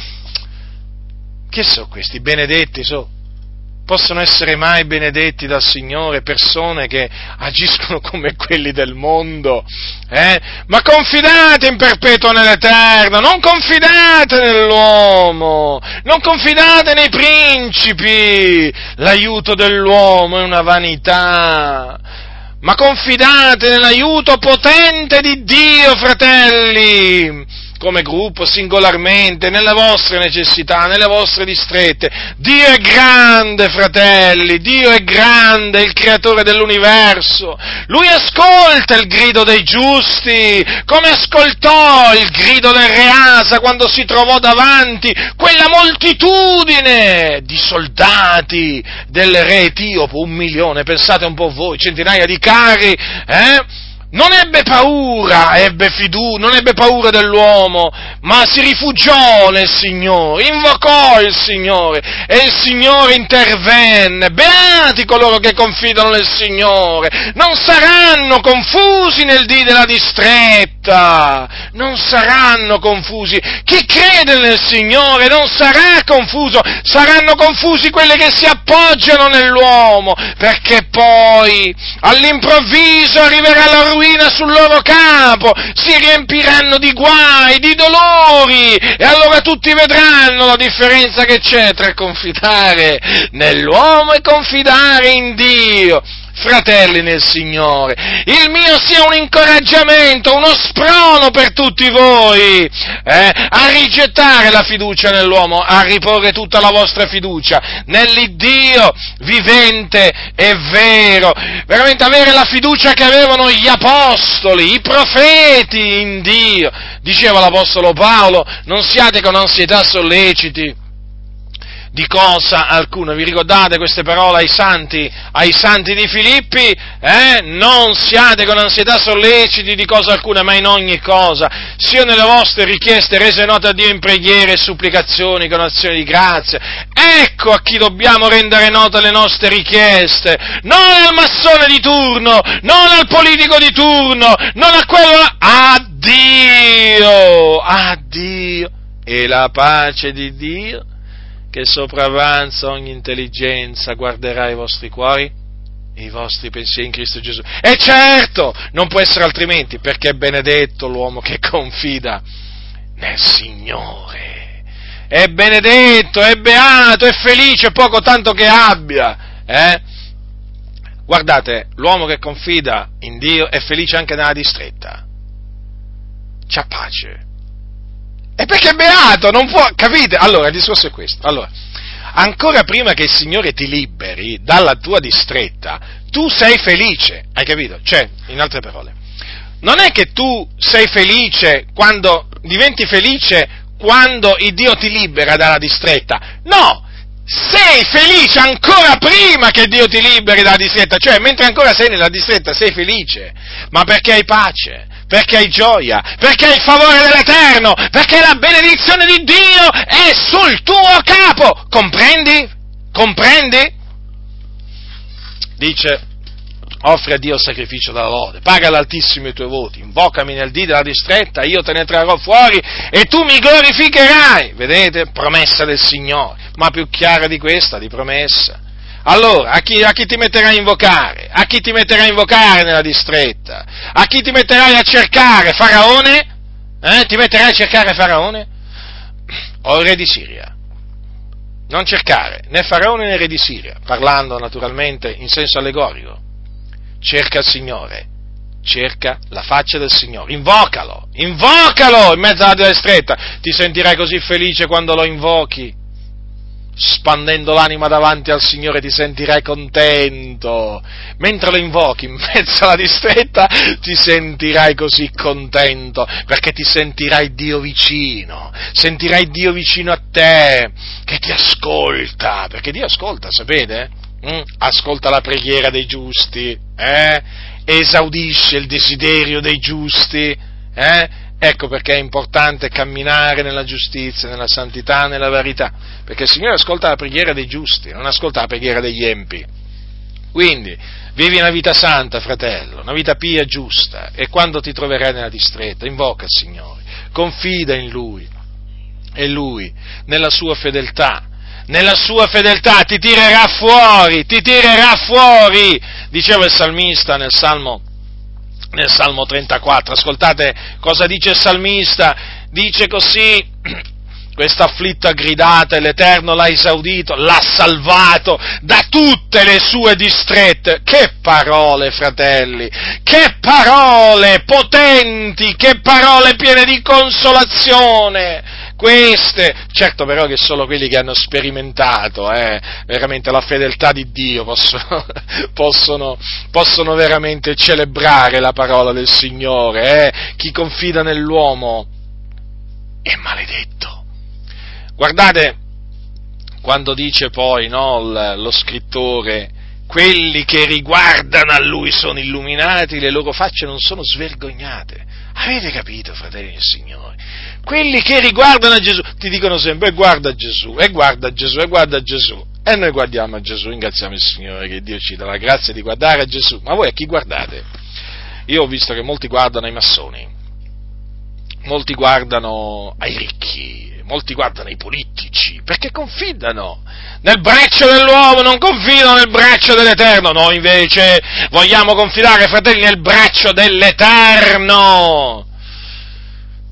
Che so questi benedetti, so? Possono essere mai benedetti dal Signore persone che agiscono come quelli del mondo? Eh? Ma confidate in perpetuo nell'Eterno, non confidate nell'uomo, non confidate nei principi, l'aiuto dell'uomo è una vanità, ma confidate nell'aiuto potente di Dio, fratelli, come gruppo, singolarmente, nelle vostre necessità, nelle vostre distrette. Dio è grande, fratelli, Dio è grande, il creatore dell'universo. Lui ascolta il grido dei giusti, come ascoltò il grido del re Asa quando si trovò davanti quella moltitudine di soldati del re etiopo, un milione, pensate un po' voi, centinaia di carri, eh? Non ebbe paura, ebbe fiducia, non ebbe paura dell'uomo, ma si rifugiò nel Signore, invocò il Signore e il Signore intervenne. Beati coloro che confidano nel Signore, non saranno confusi nel dì della distretta, non saranno confusi. Chi crede nel Signore non sarà confuso, saranno confusi quelli che si appoggiano nell'uomo, perché poi all'improvviso arriverà la ruina sul loro capo, si riempiranno di guai, di dolori, e allora tutti vedranno la differenza che c'è tra confidare nell'uomo e confidare in Dio. fratelli nel Signore, il mio sia un incoraggiamento, uno sprono per tutti voi, eh, a rigettare la fiducia nell'uomo, a riporre tutta la vostra fiducia nell'Iddio vivente e vero, veramente avere la fiducia che avevano gli apostoli, i profeti in Dio. Diceva l'apostolo Paolo, non siate con ansietà solleciti di cosa alcuna. Vi ricordate queste parole ai santi, ai santi di Filippi? Eh? Non siate con ansietà solleciti di cosa alcuna, ma in ogni cosa, sia nelle vostre richieste rese note a Dio in preghiere e supplicazioni con azioni di grazia. Ecco a chi dobbiamo rendere note le nostre richieste, non al massone di turno, non al politico di turno, non a quello, a Dio, a Dio. E la pace di Dio, che sopravanza ogni intelligenza, guarderà i vostri cuori e i vostri pensieri in Cristo Gesù. E certo, non può essere altrimenti, perché è benedetto l'uomo che confida nel Signore. È benedetto, è beato, è felice, poco tanto che abbia. Eh? Guardate, l'uomo che confida in Dio è felice anche nella distretta. C'ha pace. E perché è beato, non può, capite? Allora, il discorso è questo. Allora, ancora prima che il Signore ti liberi dalla tua distretta, tu sei felice, hai capito? Cioè, in altre parole, non è che tu sei felice quando, diventi felice quando il Dio ti libera dalla distretta, no! Sei felice ancora prima che Dio ti liberi dalla distretta, cioè, mentre ancora sei nella distretta sei felice, ma perché hai pace? Perché hai gioia, perché hai il favore dell'Eterno, perché la benedizione di Dio è sul tuo capo, comprendi? Comprendi? Dice, offri a Dio il sacrificio della lode, paga all'Altissimo i tuoi voti, invocami nel dì della distretta, io te ne trarrò fuori e tu mi glorificherai, vedete? Promessa del Signore, ma più chiara di questa, di promessa. Allora, a chi, a chi ti metterai a invocare? A chi ti metterai a invocare nella distretta? A chi ti metterai a cercare? Faraone? Eh? Ti metterai a cercare Faraone? O il re di Siria? Non cercare né Faraone né il re di Siria, parlando naturalmente in senso allegorico. Cerca il Signore, cerca la faccia del Signore, invocalo, invocalo in mezzo alla distretta, ti sentirai così felice quando lo invochi. Spandendo l'anima davanti al Signore ti sentirai contento, mentre lo invochi in mezzo alla distretta ti sentirai così contento, perché ti sentirai Dio vicino, sentirai Dio vicino a te, che ti ascolta, perché Dio ascolta, sapete? Mm? Ascolta la preghiera dei giusti, eh? Esaudisce il desiderio dei giusti, eh? Ecco perché è importante camminare nella giustizia, nella santità, nella verità, perché il Signore ascolta la preghiera dei giusti, non ascolta la preghiera degli empi. Quindi, vivi una vita santa, fratello, una vita pia e giusta, e quando ti troverai nella distretta, invoca il Signore, confida in Lui, e Lui, nella sua fedeltà, nella sua fedeltà ti tirerà fuori, ti tirerà fuori, diceva il salmista nel Salmo nel Salmo trentaquattro, ascoltate cosa dice il salmista, dice così: questo afflitto ha gridato e l'Eterno l'ha esaudito, l'ha salvato da tutte le sue distrette. Che parole, fratelli, che parole potenti, che parole piene di consolazione. Queste, certo però che solo quelli che hanno sperimentato eh, veramente la fedeltà di Dio possono, possono, possono veramente celebrare la parola del Signore. Eh. Chi confida nell'uomo è maledetto. Guardate quando dice poi no, lo scrittore: quelli che riguardano a Lui sono illuminati, le loro facce non sono svergognate. Avete capito, fratelli del Signore? Quelli che riguardano a Gesù ti dicono sempre: e guarda Gesù, e guarda Gesù, e guarda Gesù. E noi guardiamo a Gesù, ringraziamo il Signore che Dio ci dà la grazia di guardare a Gesù. Ma voi a chi guardate? Io ho visto che molti guardano ai massoni, molti guardano ai ricchi, molti guardano ai politici, perché confidano nel braccio dell'uomo, non confidano nel braccio dell'Eterno. Noi invece vogliamo confidare, fratelli, nel braccio dell'Eterno.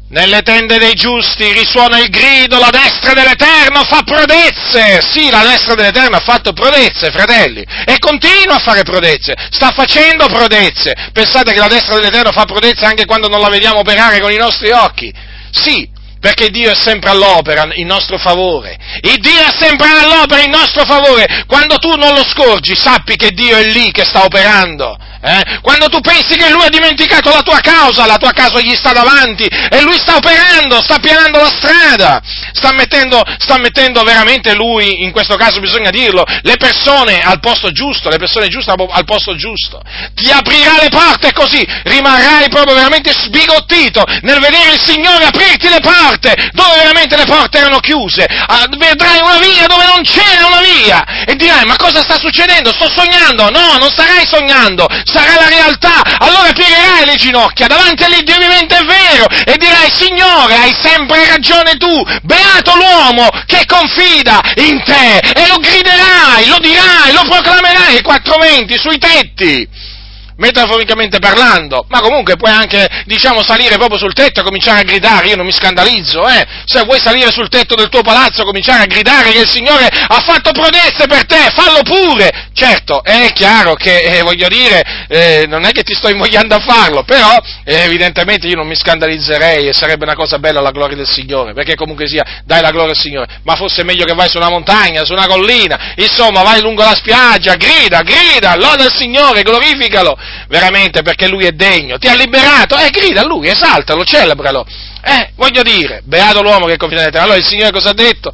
Nelle tende dei giusti risuona il grido, la destra dell'Eterno fa prodezze! Sì, la destra dell'Eterno ha fatto prodezze, fratelli, e continua a fare prodezze, sta facendo prodezze. Pensate che la destra dell'Eterno fa prodezze anche quando non la vediamo operare con i nostri occhi? Sì, perché Dio è sempre all'opera in nostro favore. Il Dio è sempre all'opera in nostro favore. Quando tu non lo scorgi, sappi che Dio è lì che sta operando. Eh? Quando tu pensi che Lui ha dimenticato la tua causa, la tua causa gli sta davanti e Lui sta operando, sta pianando la strada, sta mettendo, sta mettendo veramente Lui, in questo caso bisogna dirlo, le persone al posto giusto, le persone giuste al posto giusto. Ti aprirà le porte così rimarrai proprio veramente sbigottito nel vedere il Signore aprirti le porte, dove veramente le porte erano chiuse. Ah, vedrai una via dove non c'era una via e dirai: ma cosa sta succedendo? Sto sognando? No, non starai sognando, sarà la realtà. Allora piegherai le ginocchia davanti all'Iddio vivente e vero e dirai: Signore, hai sempre ragione tu, beato l'uomo che confida in te, e lo griderai, lo dirai, lo proclamerai ai quattro venti, sui tetti, metaforicamente parlando, ma comunque puoi anche, diciamo, salire proprio sul tetto e cominciare a gridare. Io non mi scandalizzo, eh, se vuoi salire sul tetto del tuo palazzo e cominciare a gridare che il Signore ha fatto prodezze per te, fallo pure. Certo, è chiaro che, eh, voglio dire, eh, non è che ti sto invogliando a farlo, però, eh, evidentemente io non mi scandalizzerei e sarebbe una cosa bella la gloria del Signore, perché comunque sia, dai la gloria al Signore, ma fosse meglio che vai su una montagna, su una collina, insomma, vai lungo la spiaggia, grida, grida, loda il Signore, glorificalo, veramente, perché Lui è degno, ti ha liberato, e eh, grida a Lui, esaltalo, celebralo, eh, voglio dire, beato l'uomo che confida in te. Allora il Signore cosa ha detto?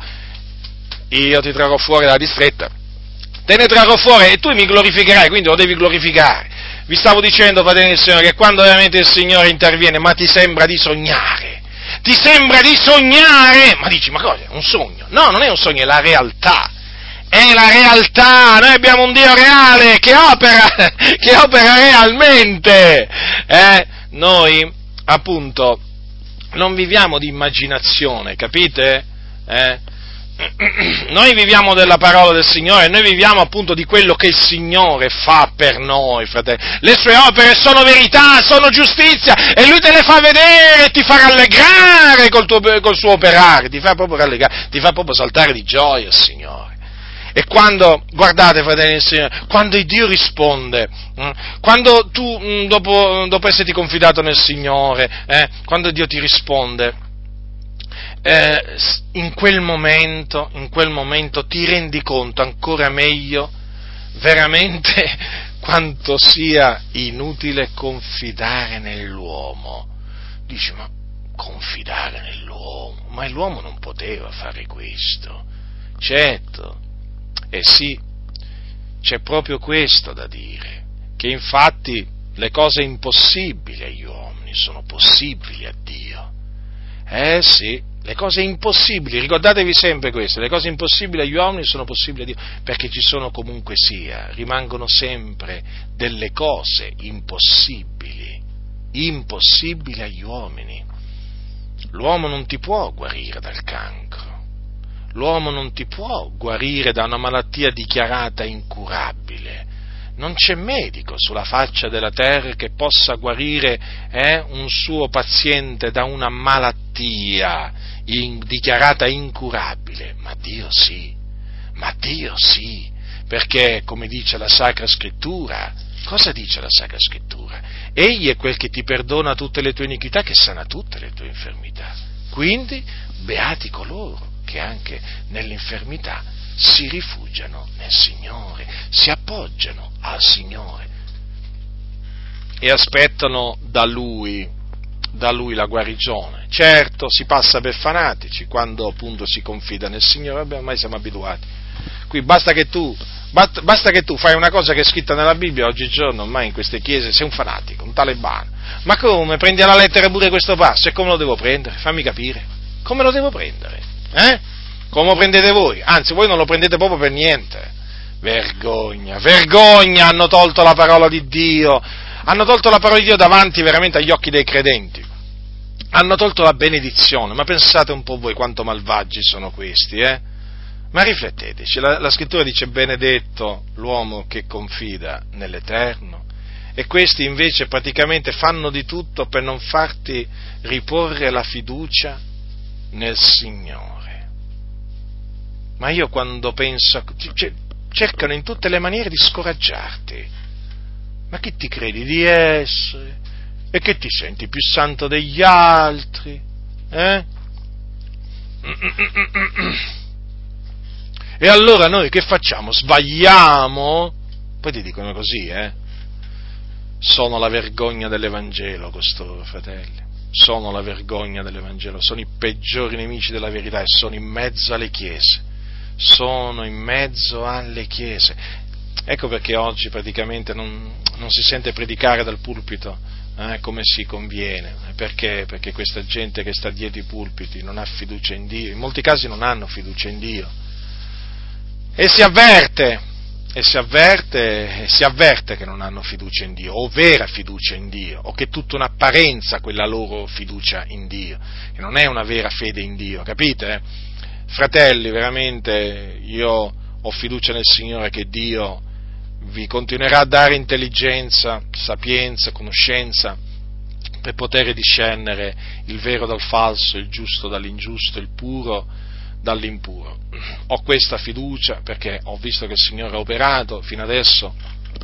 Io ti trarrò fuori dalla distretta, te ne trarrò fuori e tu mi glorificherai, quindi lo devi glorificare. Vi stavo dicendo, fratelli del Signore, che quando veramente il Signore interviene, ma ti sembra di sognare, ti sembra di sognare, ma dici, ma cosa, è un sogno? No, non è un sogno, è la realtà. È la realtà, noi abbiamo un Dio reale che opera, che opera realmente, eh? Noi, appunto, non viviamo di immaginazione, capite? Eh? Noi viviamo della parola del Signore, noi viviamo appunto di quello che il Signore fa per noi, fratelli. Le sue opere sono verità, sono giustizia, e Lui te le fa vedere e ti fa rallegrare col, tuo, col suo operare, ti fa proprio rallegrare, ti fa proprio saltare di gioia il Signore. E quando, guardate, fratelli del Signore, quando il Dio risponde, eh, quando tu, mh, dopo, dopo esserti confidato nel Signore, eh, quando Dio ti risponde, eh, in quel momento, in quel momento ti rendi conto ancora meglio, veramente, quanto sia inutile confidare nell'uomo. Dici, ma confidare nell'uomo? Ma l'uomo non poteva fare questo. Certo. Eh sì, c'è proprio questo da dire, che infatti le cose impossibili agli uomini sono possibili a Dio. Eh sì, le cose impossibili, ricordatevi sempre questo, le cose impossibili agli uomini sono possibili a Dio, perché ci sono comunque sia, rimangono sempre delle cose impossibili, impossibili agli uomini. L'uomo non ti può guarire dal cancro. L'uomo non ti può guarire da una malattia dichiarata incurabile. Non c'è medico sulla faccia della terra che possa guarire eh, un suo paziente da una malattia in, dichiarata incurabile. Ma Dio sì, ma Dio sì, perché come dice la Sacra Scrittura, cosa dice la Sacra Scrittura? Egli è quel che ti perdona tutte le tue iniquità, che sana tutte le tue infermità. Quindi, beati coloro che anche nell'infermità si rifugiano nel Signore, si appoggiano al Signore e aspettano da Lui, da Lui la guarigione. Certo, si passa per fanatici quando appunto si confida nel Signore, vabbè, ormai siamo abituati. Qui basta che tu, basta che tu fai una cosa che è scritta nella Bibbia, oggigiorno ormai in queste chiese sei un fanatico, un talebano. Ma come? Prendi alla lettera pure questo passo? E come lo devo prendere? Fammi capire. Come lo devo prendere? Eh? Come lo prendete voi? Anzi, voi non lo prendete proprio per niente. Vergogna, vergogna, hanno tolto la parola di Dio, hanno tolto la parola di Dio davanti veramente agli occhi dei credenti, hanno tolto la benedizione, ma pensate un po' voi quanto malvagi sono questi, eh? Ma rifletteteci, la, la scrittura dice benedetto l'uomo che confida nell'Eterno e questi invece praticamente fanno di tutto per non farti riporre la fiducia nel Signore. Ma io quando penso, cercano in tutte le maniere di scoraggiarti. Ma chi ti credi di essere? E che ti senti più santo degli altri? Eh? E allora noi che facciamo? Sbagliamo? Poi ti dicono così, eh? Sono la vergogna dell'Evangelo costoro, fratelli. Sono la vergogna dell'Evangelo. Sono i peggiori nemici della verità e sono in mezzo alle chiese. Sono in mezzo alle chiese. Ecco perché oggi praticamente non, non si sente predicare dal pulpito eh, come si conviene. Perché? Perché questa gente che sta dietro i pulpiti non ha fiducia in Dio. In molti casi non hanno fiducia in Dio. E si avverte. E si avverte, e si avverte che non hanno fiducia in Dio, o vera fiducia in Dio, o che è tutta un'apparenza quella loro fiducia in Dio, che non è una vera fede in Dio, capite? Fratelli, veramente io ho fiducia nel Signore che Dio vi continuerà a dare intelligenza, sapienza, conoscenza, per poter discernere il vero dal falso, il giusto dall'ingiusto, il puro dall'impuro. Ho questa fiducia perché ho visto che il Signore ha operato fino adesso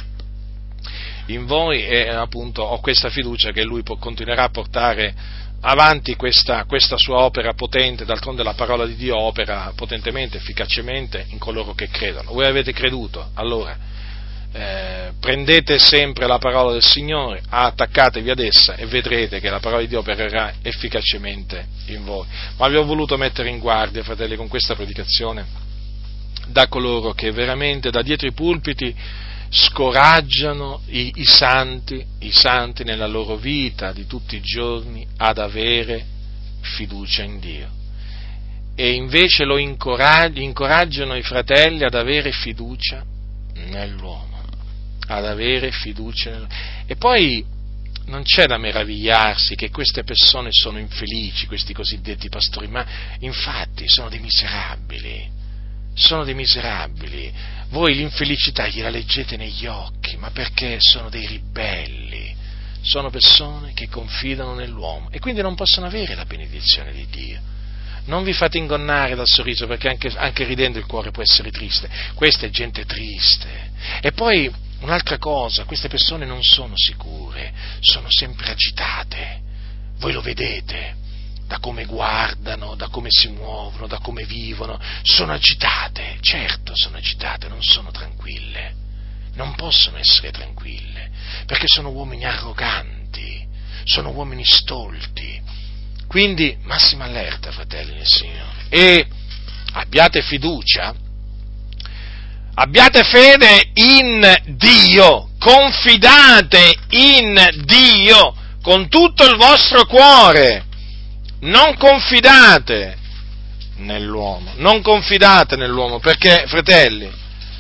in voi e appunto ho questa fiducia che Lui continuerà a portare avanti questa, questa sua opera potente. D'altronde la parola di Dio opera potentemente, efficacemente in coloro che credono. Voi avete creduto, allora eh, prendete sempre la parola del Signore, attaccatevi ad essa e vedrete che la parola di Dio opererà efficacemente in voi. Ma vi ho voluto mettere in guardia, fratelli, con questa predicazione da coloro che veramente da dietro i pulpiti scoraggiano i, i santi, i santi nella loro vita di tutti i giorni ad avere fiducia in Dio, e invece lo incoragg- incoraggiano i fratelli ad avere fiducia nell'uomo, ad avere fiducia nell'uomo. E poi non c'è da meravigliarsi che queste persone sono infelici, questi cosiddetti pastori, ma infatti sono dei miserabili, sono dei miserabili. Voi l'infelicità gliela leggete negli occhi, ma perché sono dei ribelli, sono persone che confidano nell'uomo e quindi non possono avere la benedizione di Dio. Non vi fate ingannare dal sorriso, perché anche, anche ridendo il cuore può essere triste. Questa è gente triste. E poi un'altra cosa, queste persone non sono sicure, sono sempre agitate. Voi lo vedete, da come guardano, da come si muovono, da come vivono, sono agitate, certo sono agitate, non sono tranquille, non possono essere tranquille, perché sono uomini arroganti, sono uomini stolti. Quindi massima allerta, fratelli nel Signore, e abbiate fiducia, abbiate fede in Dio, confidate in Dio con tutto il vostro cuore, non confidate nell'uomo, non confidate nell'uomo, perché, fratelli,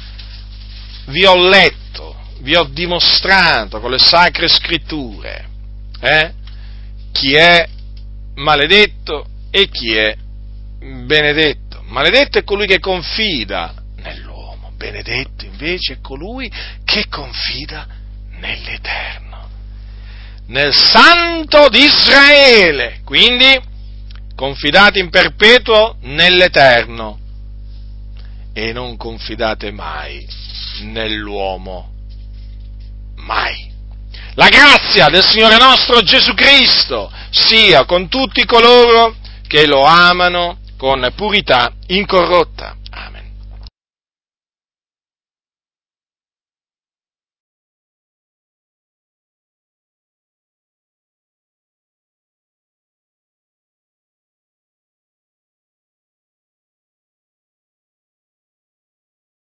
vi ho letto, vi ho dimostrato con le sacre scritture eh, chi è maledetto e chi è benedetto. Maledetto è colui che confida nell'uomo, benedetto invece è colui che confida nell'Eterno, nel Santo di Israele. Quindi confidate in perpetuo nell'Eterno e non confidate mai nell'uomo, mai. La grazia del Signore nostro Gesù Cristo sia con tutti coloro che lo amano con purità incorrotta.